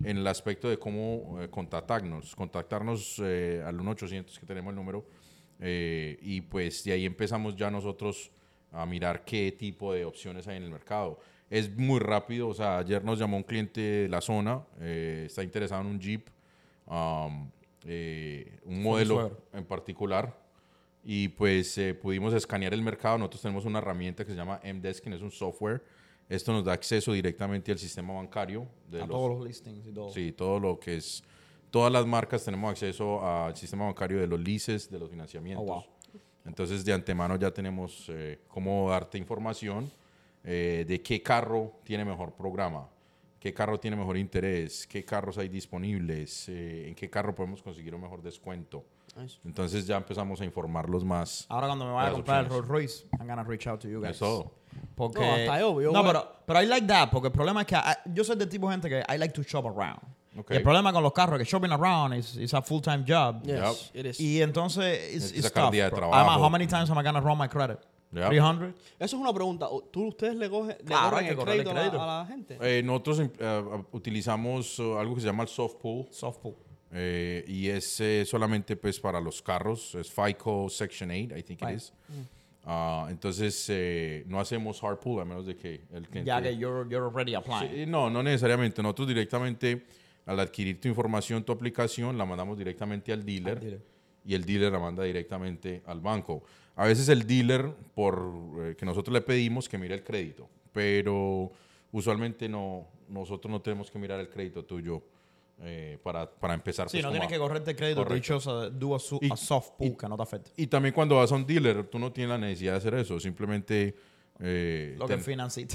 en el aspecto de cómo eh, contactarnos, contactarnos eh, al uno ochocientos que tenemos el número eh, y pues de ahí empezamos ya nosotros a mirar qué tipo de opciones hay en el mercado. Es muy rápido, o sea, ayer nos llamó un cliente de la zona, eh, está interesado en un Jeep, um, eh, un modelo en particular, y pues eh, pudimos escanear el mercado. Nosotros tenemos una herramienta que se llama M-Desking, es un software. Esto nos da acceso directamente al sistema bancario. De A los, todos los listings y todo. Sí, todo lo que es... Todas las marcas tenemos acceso al sistema bancario de los leases, de los financiamientos. Oh, wow. Entonces, de antemano ya tenemos eh, cómo darte información eh, de qué carro tiene mejor programa, qué carro tiene mejor interés, qué carros hay disponibles, eh, en qué carro podemos conseguir un mejor descuento. Nice. Entonces ya empezamos a informarlos más. Ahora cuando me vaya a las comprar el opciones. Rolls Royce, I'm gonna reach out to you guys. Es todo. Porque, No, hasta yo, yo no, voy- pero, pero I like that, porque el problema es que I- yo soy del tipo de gente que I like to shop around. Okay. Y el problema con los carros es que shopping around is, is a full-time job. Yes, it is. Y entonces, it's, Tienes que it's sacar tough. día de bro. trabajo. Además, how many times am I gonna run my credit? Yep. three hundred? Eso es una pregunta. ¿O- ¿Tú, ¿Ustedes le, cogen, le Claro, corren hay que el correrle crédito, a la- crédito. A, la gente? Eh, nosotros eh, utilizamos uh, algo que se llama el soft pull. Soft pull. Eh, y es eh, solamente pues para los carros, es FICO Section eight, I think it Right. is. Ah, entonces eh, no hacemos hard pull a menos de que el cliente... Ya que you're, you're already applying. Sí, no, no necesariamente. Nosotros directamente, al adquirir tu información, tu aplicación, la mandamos directamente al dealer, Al dealer. y el dealer la manda directamente al banco. A veces el dealer, por eh, que nosotros le pedimos que mire el crédito, pero usualmente no, nosotros no tenemos que mirar el crédito tuyo eh, para, para empezar. Sí, pues, no como tienes a- que correrte crédito. Correcto. Dichosa, do a, su- Y- a soft pull y- que no te afecte. Y también cuando vas a un dealer, tú no tienes la necesidad de hacer eso, simplemente... eh, Lo que ten- es financita.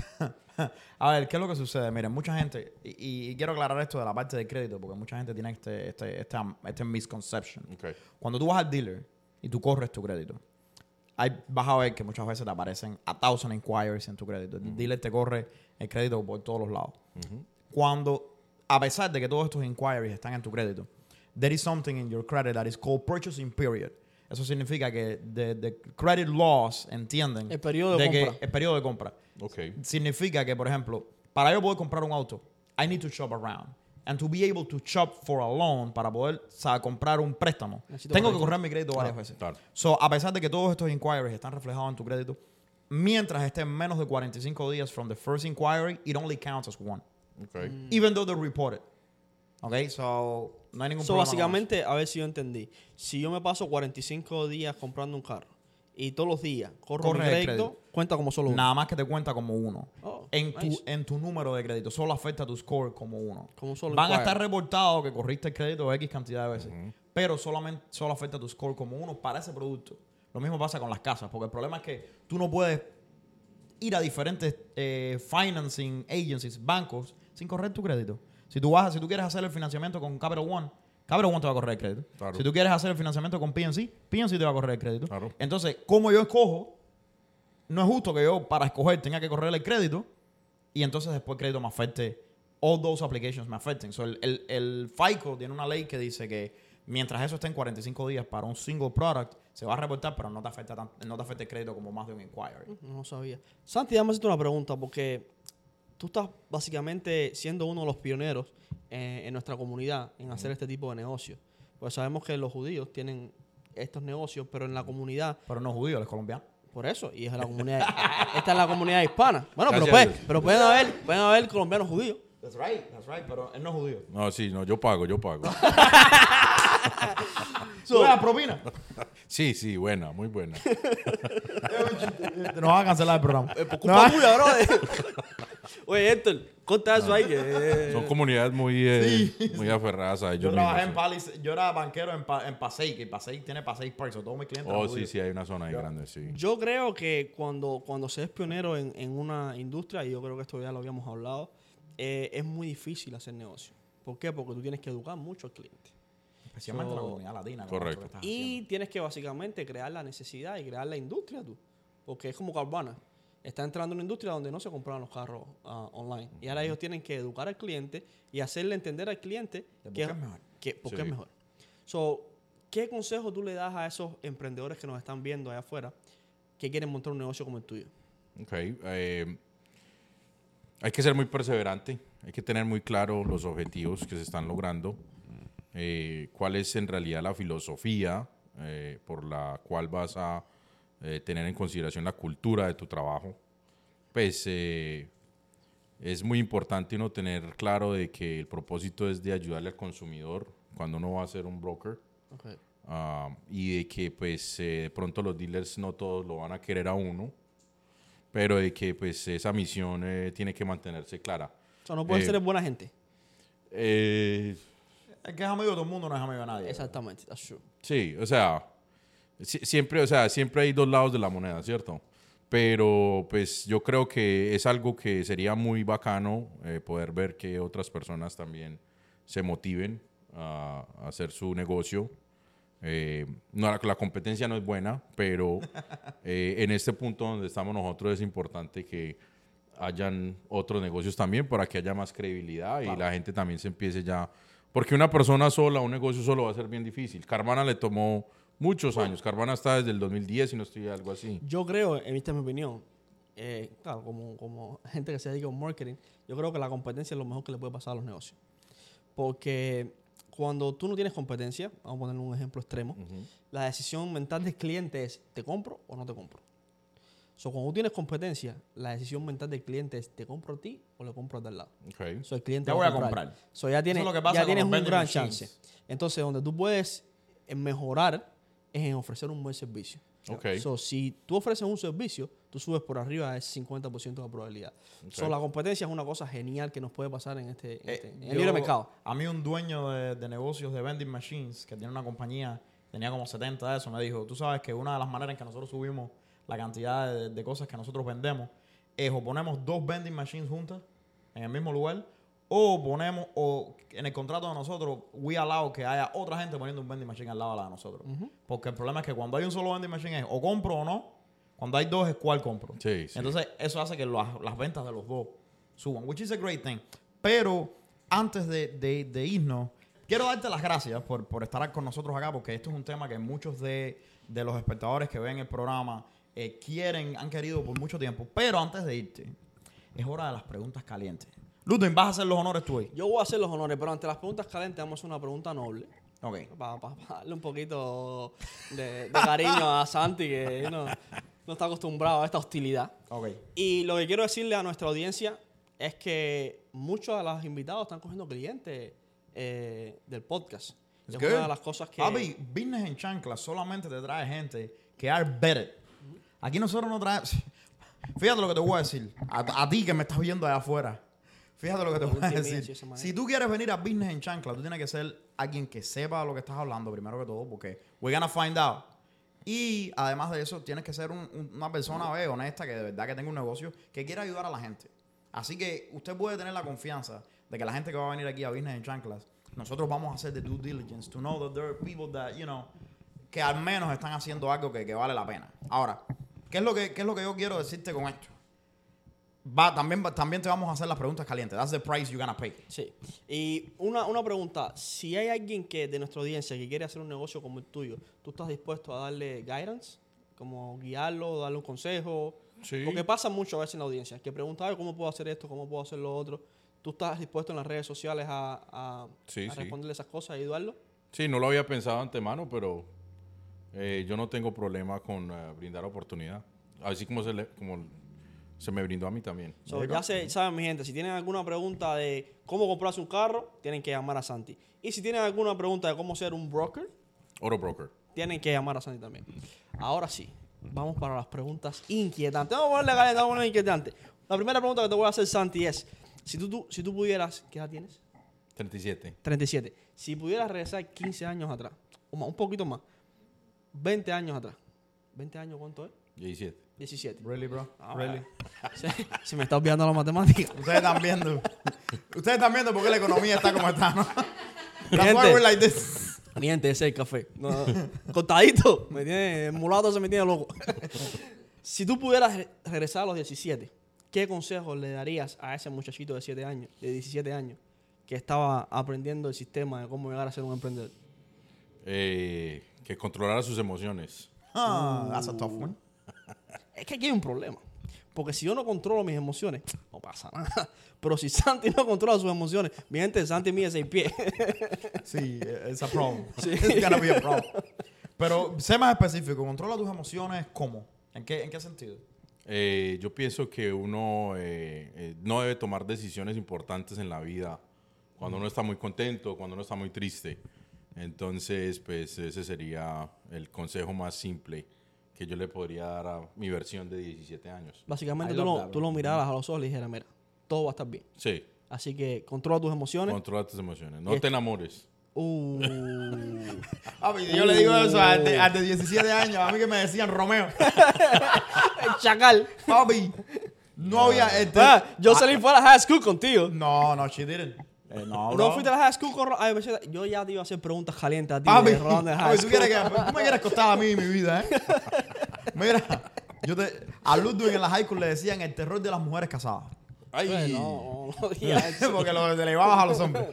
A ver, ¿qué es lo que sucede? Miren, mucha gente, y, y quiero aclarar esto de la parte del crédito, porque mucha gente tiene este, este, este, este misconception. Ok. Cuando tú vas al dealer y tú corres tu crédito, hay, vas a ver que muchas veces te aparecen a thousand inquiries en tu crédito. El dealer te corre el crédito por todos los lados. Cuando, a pesar de que todos estos inquiries están en tu crédito, there is something in your credit that is called purchasing period. Eso significa que the, the credit laws entienden El periodo de que compra. el periodo de compra Ok. significa que, por ejemplo, para yo poder comprar un auto, I need to shop around. And to be able to shop for a loan, para poder o sea, comprar un préstamo, Necesito tengo que crédito. correr mi crédito varias veces. Claro. So, a pesar de que todos estos inquiries están reflejados en tu crédito, mientras estén menos de cuarenta y cinco días from the first inquiry, it only counts as one. Ok. Even though they're reported. Okay, so no hay ningún So, problema. con básicamente, a ver si yo entendí. Si yo me paso cuarenta y cinco días comprando un carro y todos los días corro mi Corres el crédito, crédito. cuenta como solo eso. uno. Nada más que te cuenta como uno. Oh, en, tu, nice. en tu número de crédito. Solo afecta tu score como uno. Como solo Van a inquiry. estar reportados que corriste el crédito X cantidad de veces. Pero solamente solo afecta tu score como uno para ese producto. Lo mismo pasa con las casas. Porque el problema es que tú no puedes ir a diferentes eh, financing agencies, bancos, sin correr tu crédito. Si tú vas, si tú quieres hacer el financiamiento con Capital One, Capital One te va a correr el crédito. Claro. Si tú quieres hacer el financiamiento con P N C, P N C te va a correr el crédito. Claro. Entonces, como yo escojo, no es justo que yo para escoger tenga que correr el crédito y entonces después el crédito me afecte, all those applications me afecten. So, el, el, el FICO tiene una ley que dice que mientras eso esté en cuarenta y cinco días para un single product, se va a reportar, pero no te afecta, tan- no te afecta el crédito como más de un inquiry. No lo sabía. Santi, déjame hacerte una pregunta, porque tú estás básicamente siendo uno de los pioneros eh, en nuestra comunidad en hacer este tipo de negocios. Pues sabemos que los judíos tienen estos negocios, pero en la comunidad, Pero no judío, él es colombiano. por eso, y es la comunidad, esta es la comunidad hispana. Bueno, pero, Gracias puede- a Dios. pero pueden haber, pueden haber colombianos judíos. That's right, that's right, pero él no es judío. No, sí, no, yo pago, yo pago. ¿Tú ves la propina? Sí, sí, buena, muy buena. Nos van a cancelar el programa. Eh, por No, culpa tuya, bro. Oye, Héctor, corta eso ahí que... Son comunidades muy, eh, muy aferradas a ellos Yo trabajé en mismos. Palace, yo era banquero en, pa, en Passaic, y Passaic tiene Passaic Park, so todos mis clientes Oh, eran sí, judíos. sí, hay una zona ahí grande, sí. Yo creo que cuando, cuando se es pionero en, en una industria, y yo creo que esto ya lo habíamos hablado, eh, es muy difícil hacer negocio. ¿Por qué? Porque tú tienes que educar mucho al cliente. Especialmente So- la comunidad latina. que Correcto. es lo que estás Y haciendo. tienes que básicamente crear la necesidad y crear la industria tú. Porque es como Carvana. Está entrando en una industria donde no se compraban los carros ah, online. Y ahora ellos tienen que educar al cliente y hacerle entender al cliente ¿Por que qué es mejor? que- por qué Sí. es mejor. So, ¿qué consejo tú le das a esos emprendedores que nos están viendo allá afuera que quieren montar un negocio como el tuyo? Ok. eh, hay que ser muy perseverante. hay que tener muy claro los objetivos que se están logrando, eh, cuál es en realidad la filosofía eh, por la cual vas a eh, tener en consideración la cultura de tu trabajo. Pues eh, es muy importante uno tener claro de que el propósito es de ayudarle al consumidor cuando uno va a ser un broker. Okay. Uh, y de que pues eh, de pronto los dealers no todos lo van a querer a uno, pero de que pues esa misión eh, tiene que mantenerse clara. O sea, no puede Eh, ser buena gente. Eh, El que es amigo de todo el mundo no es amigo de nadie. Exactamente, that's true. sí, o sea, si- siempre, o sea, siempre hay dos lados de la moneda, ¿cierto? Pero pues yo creo que es algo que sería muy bacano eh, poder ver que otras personas también se motiven a, a hacer su negocio. Eh, no, la, la competencia no es buena, pero eh, en este punto donde estamos nosotros es importante que hayan otros negocios también para que haya más credibilidad Claro. y la gente también se empiece ya... Porque una persona sola, un negocio solo va a ser bien difícil. Carvana le tomó muchos años. Carvana está desde el dos mil diez y no estoy algo así. Yo creo, esta es mi opinión, eh, claro, como, como gente que se dedica a un marketing, yo creo que la competencia es lo mejor que le puede pasar a los negocios. Porque cuando tú no tienes competencia, vamos a poner un ejemplo extremo, Ujú. la decisión mental del cliente es, ¿te compro o no te compro? So, cuando tú tienes competencia, la decisión mental del cliente es, ¿te compro a ti o le compro al del lado? Okay. So, el cliente Ya va voy a comprar. So, ya tienes, Eso es lo que pasa ya con tienes los un vending gran machines. chance. Entonces, donde tú puedes eh, mejorar es en ofrecer un buen servicio. Okay. So, si tú ofreces un servicio, tú subes por arriba de ese cincuenta por ciento de probabilidad. Okay. So, la competencia es una cosa genial que nos puede pasar en este, en Eh, este- en el yo- libre mercado. A mí un dueño de, de negocios de vending machines que tiene una compañía, tenía como setenta de eso, me dijo, tú sabes que una de las maneras en que nosotros subimos la cantidad de, de cosas que nosotros vendemos es o ponemos dos vending machines juntas en el mismo lugar o ponemos, o en el contrato de nosotros, we allow que haya otra gente poniendo un vending machine al lado de la de nosotros. Porque el problema es que cuando hay un solo vending machine es o compro o no, cuando hay dos es cuál compro. Sí, sí. Entonces, eso hace que las, las ventas de los dos suban, which is a great thing. Pero antes de, de- de irnos, quiero darte las gracias por, por estar con nosotros acá, porque esto es un tema que muchos de, de los espectadores que ven el programa eh, quieren, han querido por mucho tiempo. Pero antes de irte, es hora de las preguntas calientes. Ludwig, vas a hacer los honores tú hoy. Yo voy a hacer los honores, pero ante las preguntas calientes vamos a hacer una pregunta noble. Ok. Para darle un poquito de, de cariño a Santi, que no, no está acostumbrado a esta hostilidad. Ok. Y lo que quiero decirle a nuestra audiencia es que muchos de los invitados están cogiendo clientes eh, del podcast. It's Es good. una de las cosas que... Papi, Business en Chancla solamente te trae gente que are better. Aquí nosotros no traemos... Fíjate lo que te voy a decir. A, a ti que me estás viendo allá afuera. Fíjate lo que te No voy a intimides de decir. esa manera. Si tú quieres venir a Business en Chancla, tú tienes que ser alguien que sepa lo que estás hablando, primero que todo, porque we're gonna find out. Y además de eso, tienes que ser un- un- una persona ve, honesta, que de verdad que tenga un negocio, que quiera ayudar a la gente. Así que usted puede tener la confianza de que la gente que va a venir aquí a Business en Chanclas, nosotros vamos a hacer the due diligence to know that there are people that, you know, que al menos están haciendo algo que, que vale la pena. Ahora, ¿qué es lo que, qué es lo que yo quiero decirte con esto? Va, también, va- también te vamos a hacer las preguntas calientes. That's the price you're gonna pay. Sí. Y una, una pregunta. Si hay alguien que de nuestra audiencia que quiere hacer un negocio como el tuyo, ¿tú estás dispuesto a darle guidance? Como guiarlo, darle un consejo. Sí. Porque pasa mucho a veces en la audiencia. Que pregunta, "Ay, ¿cómo puedo hacer esto? ¿Cómo puedo hacer lo otro? ¿Tú estás dispuesto en las redes sociales a, a, Sí, a sí. responderle esas cosas y ayudarlo? Sí, no lo había pensado antemano, pero eh, yo no tengo problema con eh, brindar oportunidad. Así como se, le, como se me brindó a mí también. So, ya se, saben, mi gente, si tienen alguna pregunta de cómo comprarse un carro, tienen que llamar a Santi. Y si tienen alguna pregunta de cómo ser un broker, Oro Broker. tienen que llamar a Santi también. Ahora sí, vamos para las preguntas inquietantes. Vamos a ponerle caliente, vamos a ponerle inquietante. La primera pregunta que te voy a hacer, Santi, es, si tú, tú, si tú pudieras, ¿qué edad tienes? treinta y siete. treinta y siete. Si pudieras regresar quince años atrás, o más, un poquito más, veinte años atrás. ¿veinte años cuánto es? diecisiete. diecisiete. Really, bro? Ah, Really? Se, se me está olvidando la matemática. Ustedes están viendo. Ustedes están viendo por qué la economía está como está, ¿no? That's Gente. why we're like this. Miente, ese es el café. No, cortadito. Me tiene, el mulato se me tiene loco. Si tú pudieras re- regresar a los diecisiete, ¿qué consejos le darías a ese muchachito de siete años, de diecisiete años, que estaba aprendiendo el sistema de cómo llegar a ser un emprendedor? Eh, que controlara sus emociones. Ah, that's a tough one. Es que aquí hay un problema. Porque si yo no controlo mis emociones, vamos pasa nada. Pero si Santi no controla sus emociones, mi gente, Santi mide seis pies. Sí, es un problema. Sí. It's gonna be a problem. Pero sé más específico. ¿Controla tus emociones cómo? ¿En qué, en qué sentido? Eh, yo pienso que uno eh, eh, no debe tomar decisiones importantes en la vida cuando uno está muy contento, cuando uno está muy triste. Entonces, pues ese sería el consejo más simple que yo le podría dar a mi versión de diecisiete años. Básicamente I tú love lo, that, tú bro. lo miraras a los ojos y le dijeras, mira, todo va a estar bien. Sí, Así que controla tus emociones. controla tus emociones. No Y es- te enamores. Uh, Papi, yo le digo eso a de, a de diecisiete años. A mí que me decían Romeo. el chacal. Papi, no había... Este, Ah, yo salí fuera de high school contigo. No, no, she didn't. Eh, no, bro. No fuiste a la high school con... Ro- Ay, pensé- yo ya te iba a hacer preguntas calientes a ti. Papi, de Rolando de high papi, tú, school. quieres que, tú me quieres costar a mí mi vida, ¿eh? Mira, yo te... A Ludwig en la high school le decían el terror de las mujeres casadas. Ay, Ay, no, no, no digas eso. Porque lo le llevabas a los hombres.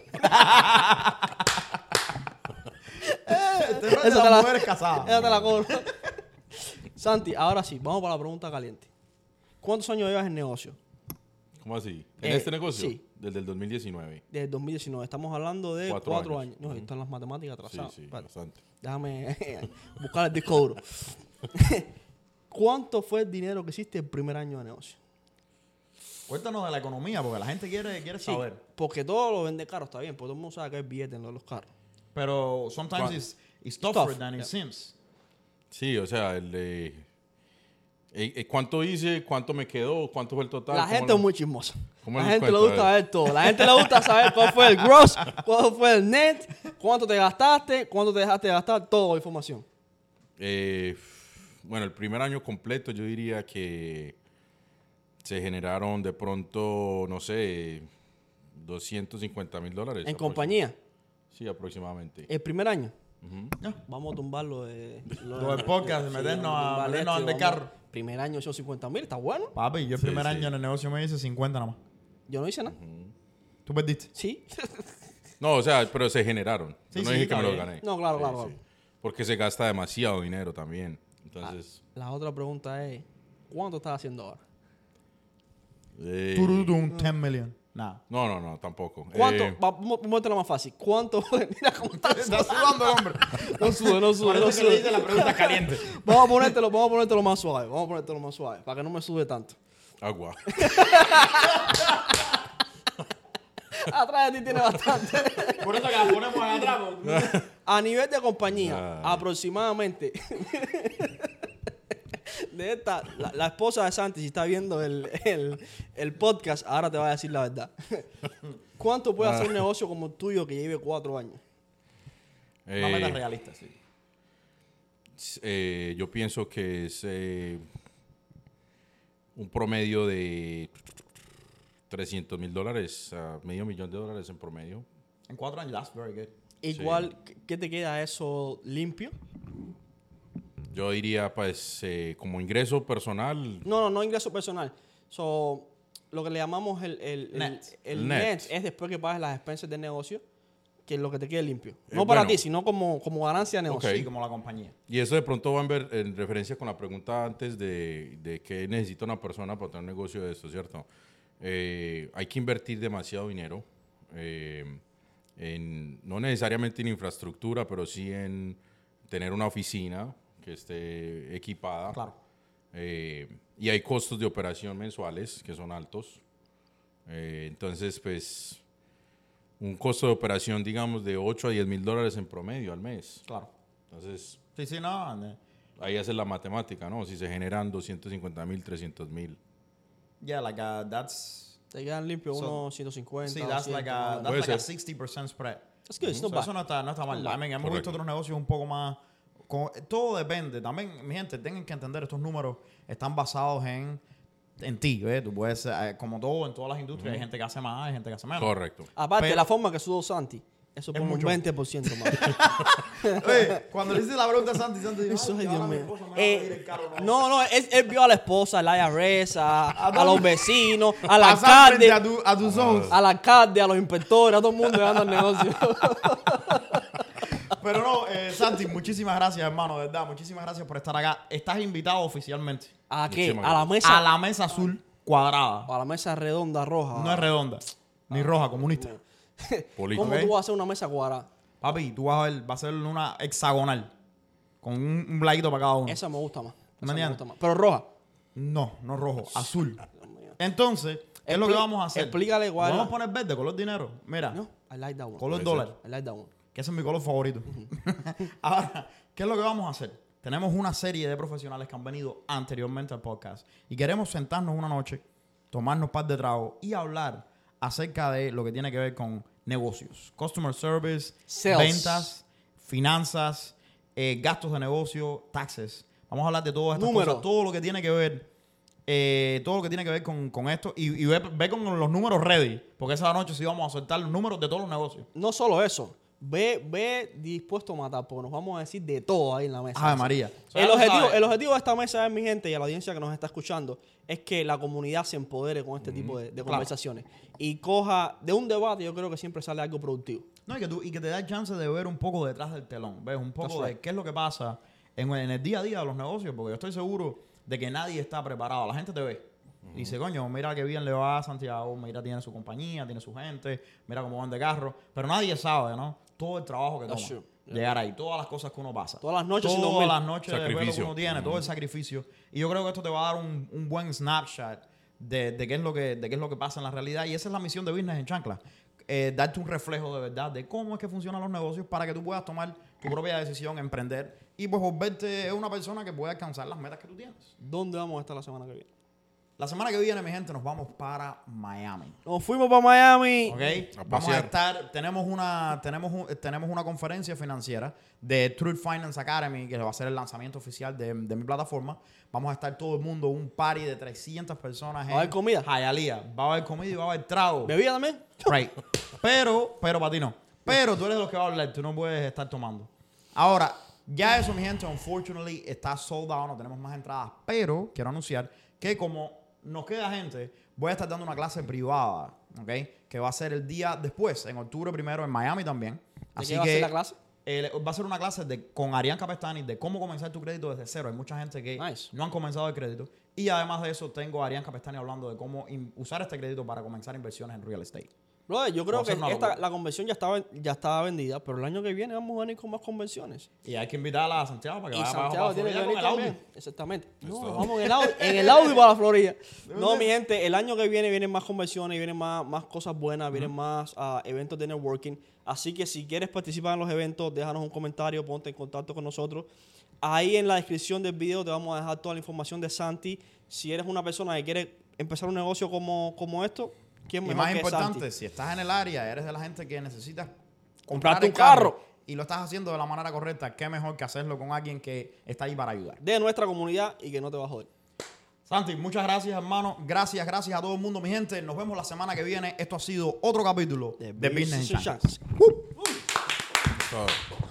El terror de Esa te las la- mujeres casadas. Esa te la cobro. Santi, ahora sí, vamos para la pregunta caliente. ¿Cuántos años llevas en negocio? ¿cómo así? ¿En Eh, este negocio? sí. Desde el dos mil diecinueve. Desde el dos mil diecinueve. Estamos hablando de Cuatro cuatro, años. años. No, están las matemáticas Sí, atrasadas. sí, Espérate, bastante. déjame buscar el disco duro. ¿Cuánto fue el dinero que hiciste el primer año de negocio? Cuéntanos de la economía, porque la gente quiere, quiere Sí, saber. porque todo lo vende caro, está bien, porque todo el mundo sabe que hay billetes en lo de los carros. Pero sometimes ¿Cuál? it's, it's tougher Tough, than it yeah. seems. Sí, o sea, el de... eh, eh, ¿cuánto hice? ¿Cuánto me quedó? ¿Cuánto fue el total? La ¿Cómo gente lo- es muy chismosa. ¿Cómo La les gente le cuento? gusta A ver. ver todo. La gente le gusta saber cuál fue el gross, cuál fue el net, cuánto te gastaste, cuánto te dejaste de gastar, toda la información. Eh, bueno, el primer año completo yo diría que se generaron de pronto, no sé, doscientos cincuenta mil dólares. En aproxim- compañía, Sí, aproximadamente. el primer año. Ujú. Vamos a tumbarlo de... Lo del podcast, meternos vamos a- tumbar meternos esto a y andar vamos- carro. Primer año son cincuenta mil, está bueno. Papi, yo el Sí, primer sí. año en el negocio me hice cincuenta nada más. Yo no hice nada. ¿Tú perdiste? Sí. No, o sea, pero se generaron. Sí, Yo no sí, dije que está me los bien. gané. No, claro, Sí, claro, sí. claro. Porque se gasta demasiado dinero también. Entonces, La otra pregunta es, ¿cuánto estás haciendo ahora? eh, Turutum, ten million. Nada. no, no, no, tampoco. ¿Cuánto? Eh, Va- Vamos a ponértelo más fácil. ¿Cuánto? Mira cómo estás. Está sudando el hombre. No sube, no sube, no sube. la pregunta caliente. Vamos a ponértelo, vamos a ponértelo más suave. Vamos a ponértelo más suave, para que no me sube tanto. agua. Atrás de ti tiene bastante. Por eso que la ponemos atrás. A nivel de compañía, Ay. aproximadamente. De esta, la, la esposa de Santi, si está viendo el, el, el podcast, ahora te va a decir la verdad. ¿Cuánto puede hacer un negocio como el tuyo que lleve cuatro años? Una Eh, meta realista, sí. eh, yo pienso que es eh, un promedio de trescientos mil dólares, a medio millón de dólares en promedio. En cuatro años, that's very good. Igual, ¿qué te queda eso limpio? Yo diría, pues, eh, como ingreso personal, No, no, no ingreso personal. So, lo que le llamamos el, el, el- Net. el El net. net. es después que pagues las expensas del negocio, que es lo que te quede limpio. Eh, No para bueno. ti, sino como, como ganancia de negocio. Ok. Sí, como la compañía. y eso de pronto va en, ver- en referencia con la pregunta antes de, de qué necesita una persona para tener un negocio de esto, ¿cierto? Eh, hay que invertir demasiado dinero, eh, en, no necesariamente en infraestructura, pero sí en tener una oficina que esté equipada. Claro. Eh, y hay costos de operación mensuales que son altos. Eh, entonces, pues, un costo de operación, digamos, de ocho a diez mil dólares en promedio al mes. Claro. Entonces, Sí, sí, no. ne- ahí hace la matemática, ¿no? Si se generan doscientos cincuenta mil, trescientos mil. Yeah, like uh, that's... Te quedan limpios So- unos ciento cincuenta. Sí, that's like a, doscientos, that's Puede like a ser. sixty percent spread. That's good, it's not So bad. eso no está, no está mal. Not I mean, hemos Correcto. visto otros negocios un poco más... con- todo depende. También, mi gente, tienen que entender, estos números están basados en, en ti, ¿ves? Tú puedes, eh, como todo, en todas las industrias, hay gente que hace más, hay gente que hace menos. Correcto. Aparte, Pero- la forma que sudó Santi, eso Es pone un mucho. veinte por ciento más. Oye, cuando le hice la pregunta a Santi, Santi dijo, Eso, "Ay, ay, Dios ahora mi mío. esposo me va a Eh, pedir el carro nuevo". no, no, él, él vio a la esposa, al I R S, a, a dónde? los vecinos, al Pasar frente alcalde, a, tu- a tus ojos. al alcalde, a los inspectores, a todo el mundo llegando al negocio. Pero no, eh, Santi, muchísimas gracias, hermano, de verdad. Muchísimas gracias por estar acá. Estás invitado oficialmente ¿A qué? Muchísimas A la a mesa. la mesa azul. cuadrada. O a la mesa redonda roja. No es redonda. Ni roja, comunista. Político. ¿Cómo Ok. tú vas a hacer una mesa cuadrada? Papi, tú vas a ver, va a ser una hexagonal. Con un, un ladito para cada uno. Esa me gusta más. Esa ¿Me me entiendes? gusta más. Pero roja. No, no rojo, azul. Dios mío. Entonces, ¿qué es lo Expli- que vamos a hacer? explícale cuál Vamos es a poner verde, color dinero. Mira, No, I like that one. color Puede dólar. I like that one. Que ese es mi color favorito. Ahora, ¿qué es lo que vamos a hacer? Tenemos una serie de profesionales que han venido anteriormente al podcast y queremos sentarnos una noche, tomarnos un par de tragos y hablar acerca de lo que tiene que ver con negocios, customer service, Sales. ventas, finanzas, eh, gastos de negocio, taxes. Vamos a hablar de todas estas Números. cosas, todo lo que tiene que ver, eh, todo lo que tiene que ver con, con esto y, y ve, ve con los números ready, porque esa noche sí vamos a soltar los números de todos los negocios. No solo eso. Ve, ve dispuesto a matar, porque nos vamos a decir de todo ahí en la mesa. Ave María. El Ya objetivo, sabes. el objetivo de esta mesa es, mi gente, y a la audiencia que nos está escuchando, es que la comunidad se empodere con este tipo de, de Claro. conversaciones. Y coja de un debate, yo creo que siempre sale algo productivo. No, y que, tú, y que te da chance de ver un poco detrás del telón, ¿ves? Un poco That's de right. qué es lo que pasa en, en el día a día de los negocios, porque yo estoy seguro de que nadie está preparado. La gente te ve. Y dice, coño, mira qué bien le va a Santiago, mira, tiene su compañía, tiene su gente, mira cómo van de carro. Pero nadie sabe, ¿no? Todo el trabajo que toma. That's true. Yeah. Llegar ahí, todas las cosas que uno pasa. Todas las noches sin Todas dormir. las noches de desvelo que Sacrificio. uno tiene, todo el sacrificio. Y yo creo que esto te va a dar un, un buen snapshot de, de qué es lo que, de qué es lo que pasa en la realidad. Y esa es la misión de Business en Chancla. Eh, darte un reflejo de verdad de cómo es que funcionan los negocios para que tú puedas tomar tu propia decisión, emprender y pues volverte una persona que pueda alcanzar las metas que tú tienes. ¿Dónde vamos a estar la semana que viene? La semana que viene, mi gente, nos vamos para Miami. Nos fuimos para Miami. ¿Ok? A Vamos a pasear. estar, tenemos una, tenemos, un- tenemos una conferencia financiera de Truth Finance Academy, que va a ser el lanzamiento oficial de, de mi plataforma. Vamos a estar todo el mundo, un party de trescientas personas. ¿Va a haber comida? Hialeah. Va a haber comida y va a haber trago. ¿Bebida también? Right. Pero, pero para ti no. Pero tú eres de los que va a hablar, tú no puedes estar tomando. Ahora, ya eso, mi gente, unfortunately, está sold out, no tenemos más entradas. Pero quiero anunciar que como nos queda gente, voy a estar dando una clase privada, ¿ok? Que va a ser el día después, en octubre primero, en Miami también. ¿De qué va a ser la clase? eh, va a ser una clase de, con Arián Capestani de cómo comenzar tu crédito desde cero. Hay mucha gente que Nice. no han comenzado el crédito. Y además de eso, tengo a Arián Capestani hablando de cómo in- usar este crédito para comenzar inversiones en real estate. Brother, yo creo Vamos a que hacer una esta, locura. la convención ya estaba, ya estaba vendida, pero el año que viene vamos a venir con más convenciones. Y hay que invitarla a Santiago para que Y vaya para Santiago abajo tiene que para venir Florida con el también. Audi. Exactamente. No, todo. vamos en el Audi, en el Audi para la Florida. No, mi gente, el año que viene vienen más convenciones, vienen más, más cosas buenas, vienen más ah, eventos de networking. Así que si quieres participar en los eventos, déjanos un comentario, ponte en contacto con nosotros. Ahí en la descripción del video te vamos a dejar toda la información de Santi. Si eres una persona que quiere empezar un negocio como, como esto, ¿quién Y mejor más que importante, Santi? si estás en el área, eres de la gente que necesitas Comprarte el un carro. y lo estás haciendo de la manera correcta, qué mejor que hacerlo con alguien que está ahí para ayudar. De nuestra comunidad y que no te va a joder. Santi, muchas gracias, hermano. Gracias, gracias a todo el mundo, mi gente. Nos vemos la semana que viene. Esto ha sido otro capítulo de, Business in Chancla. Chance. Todo.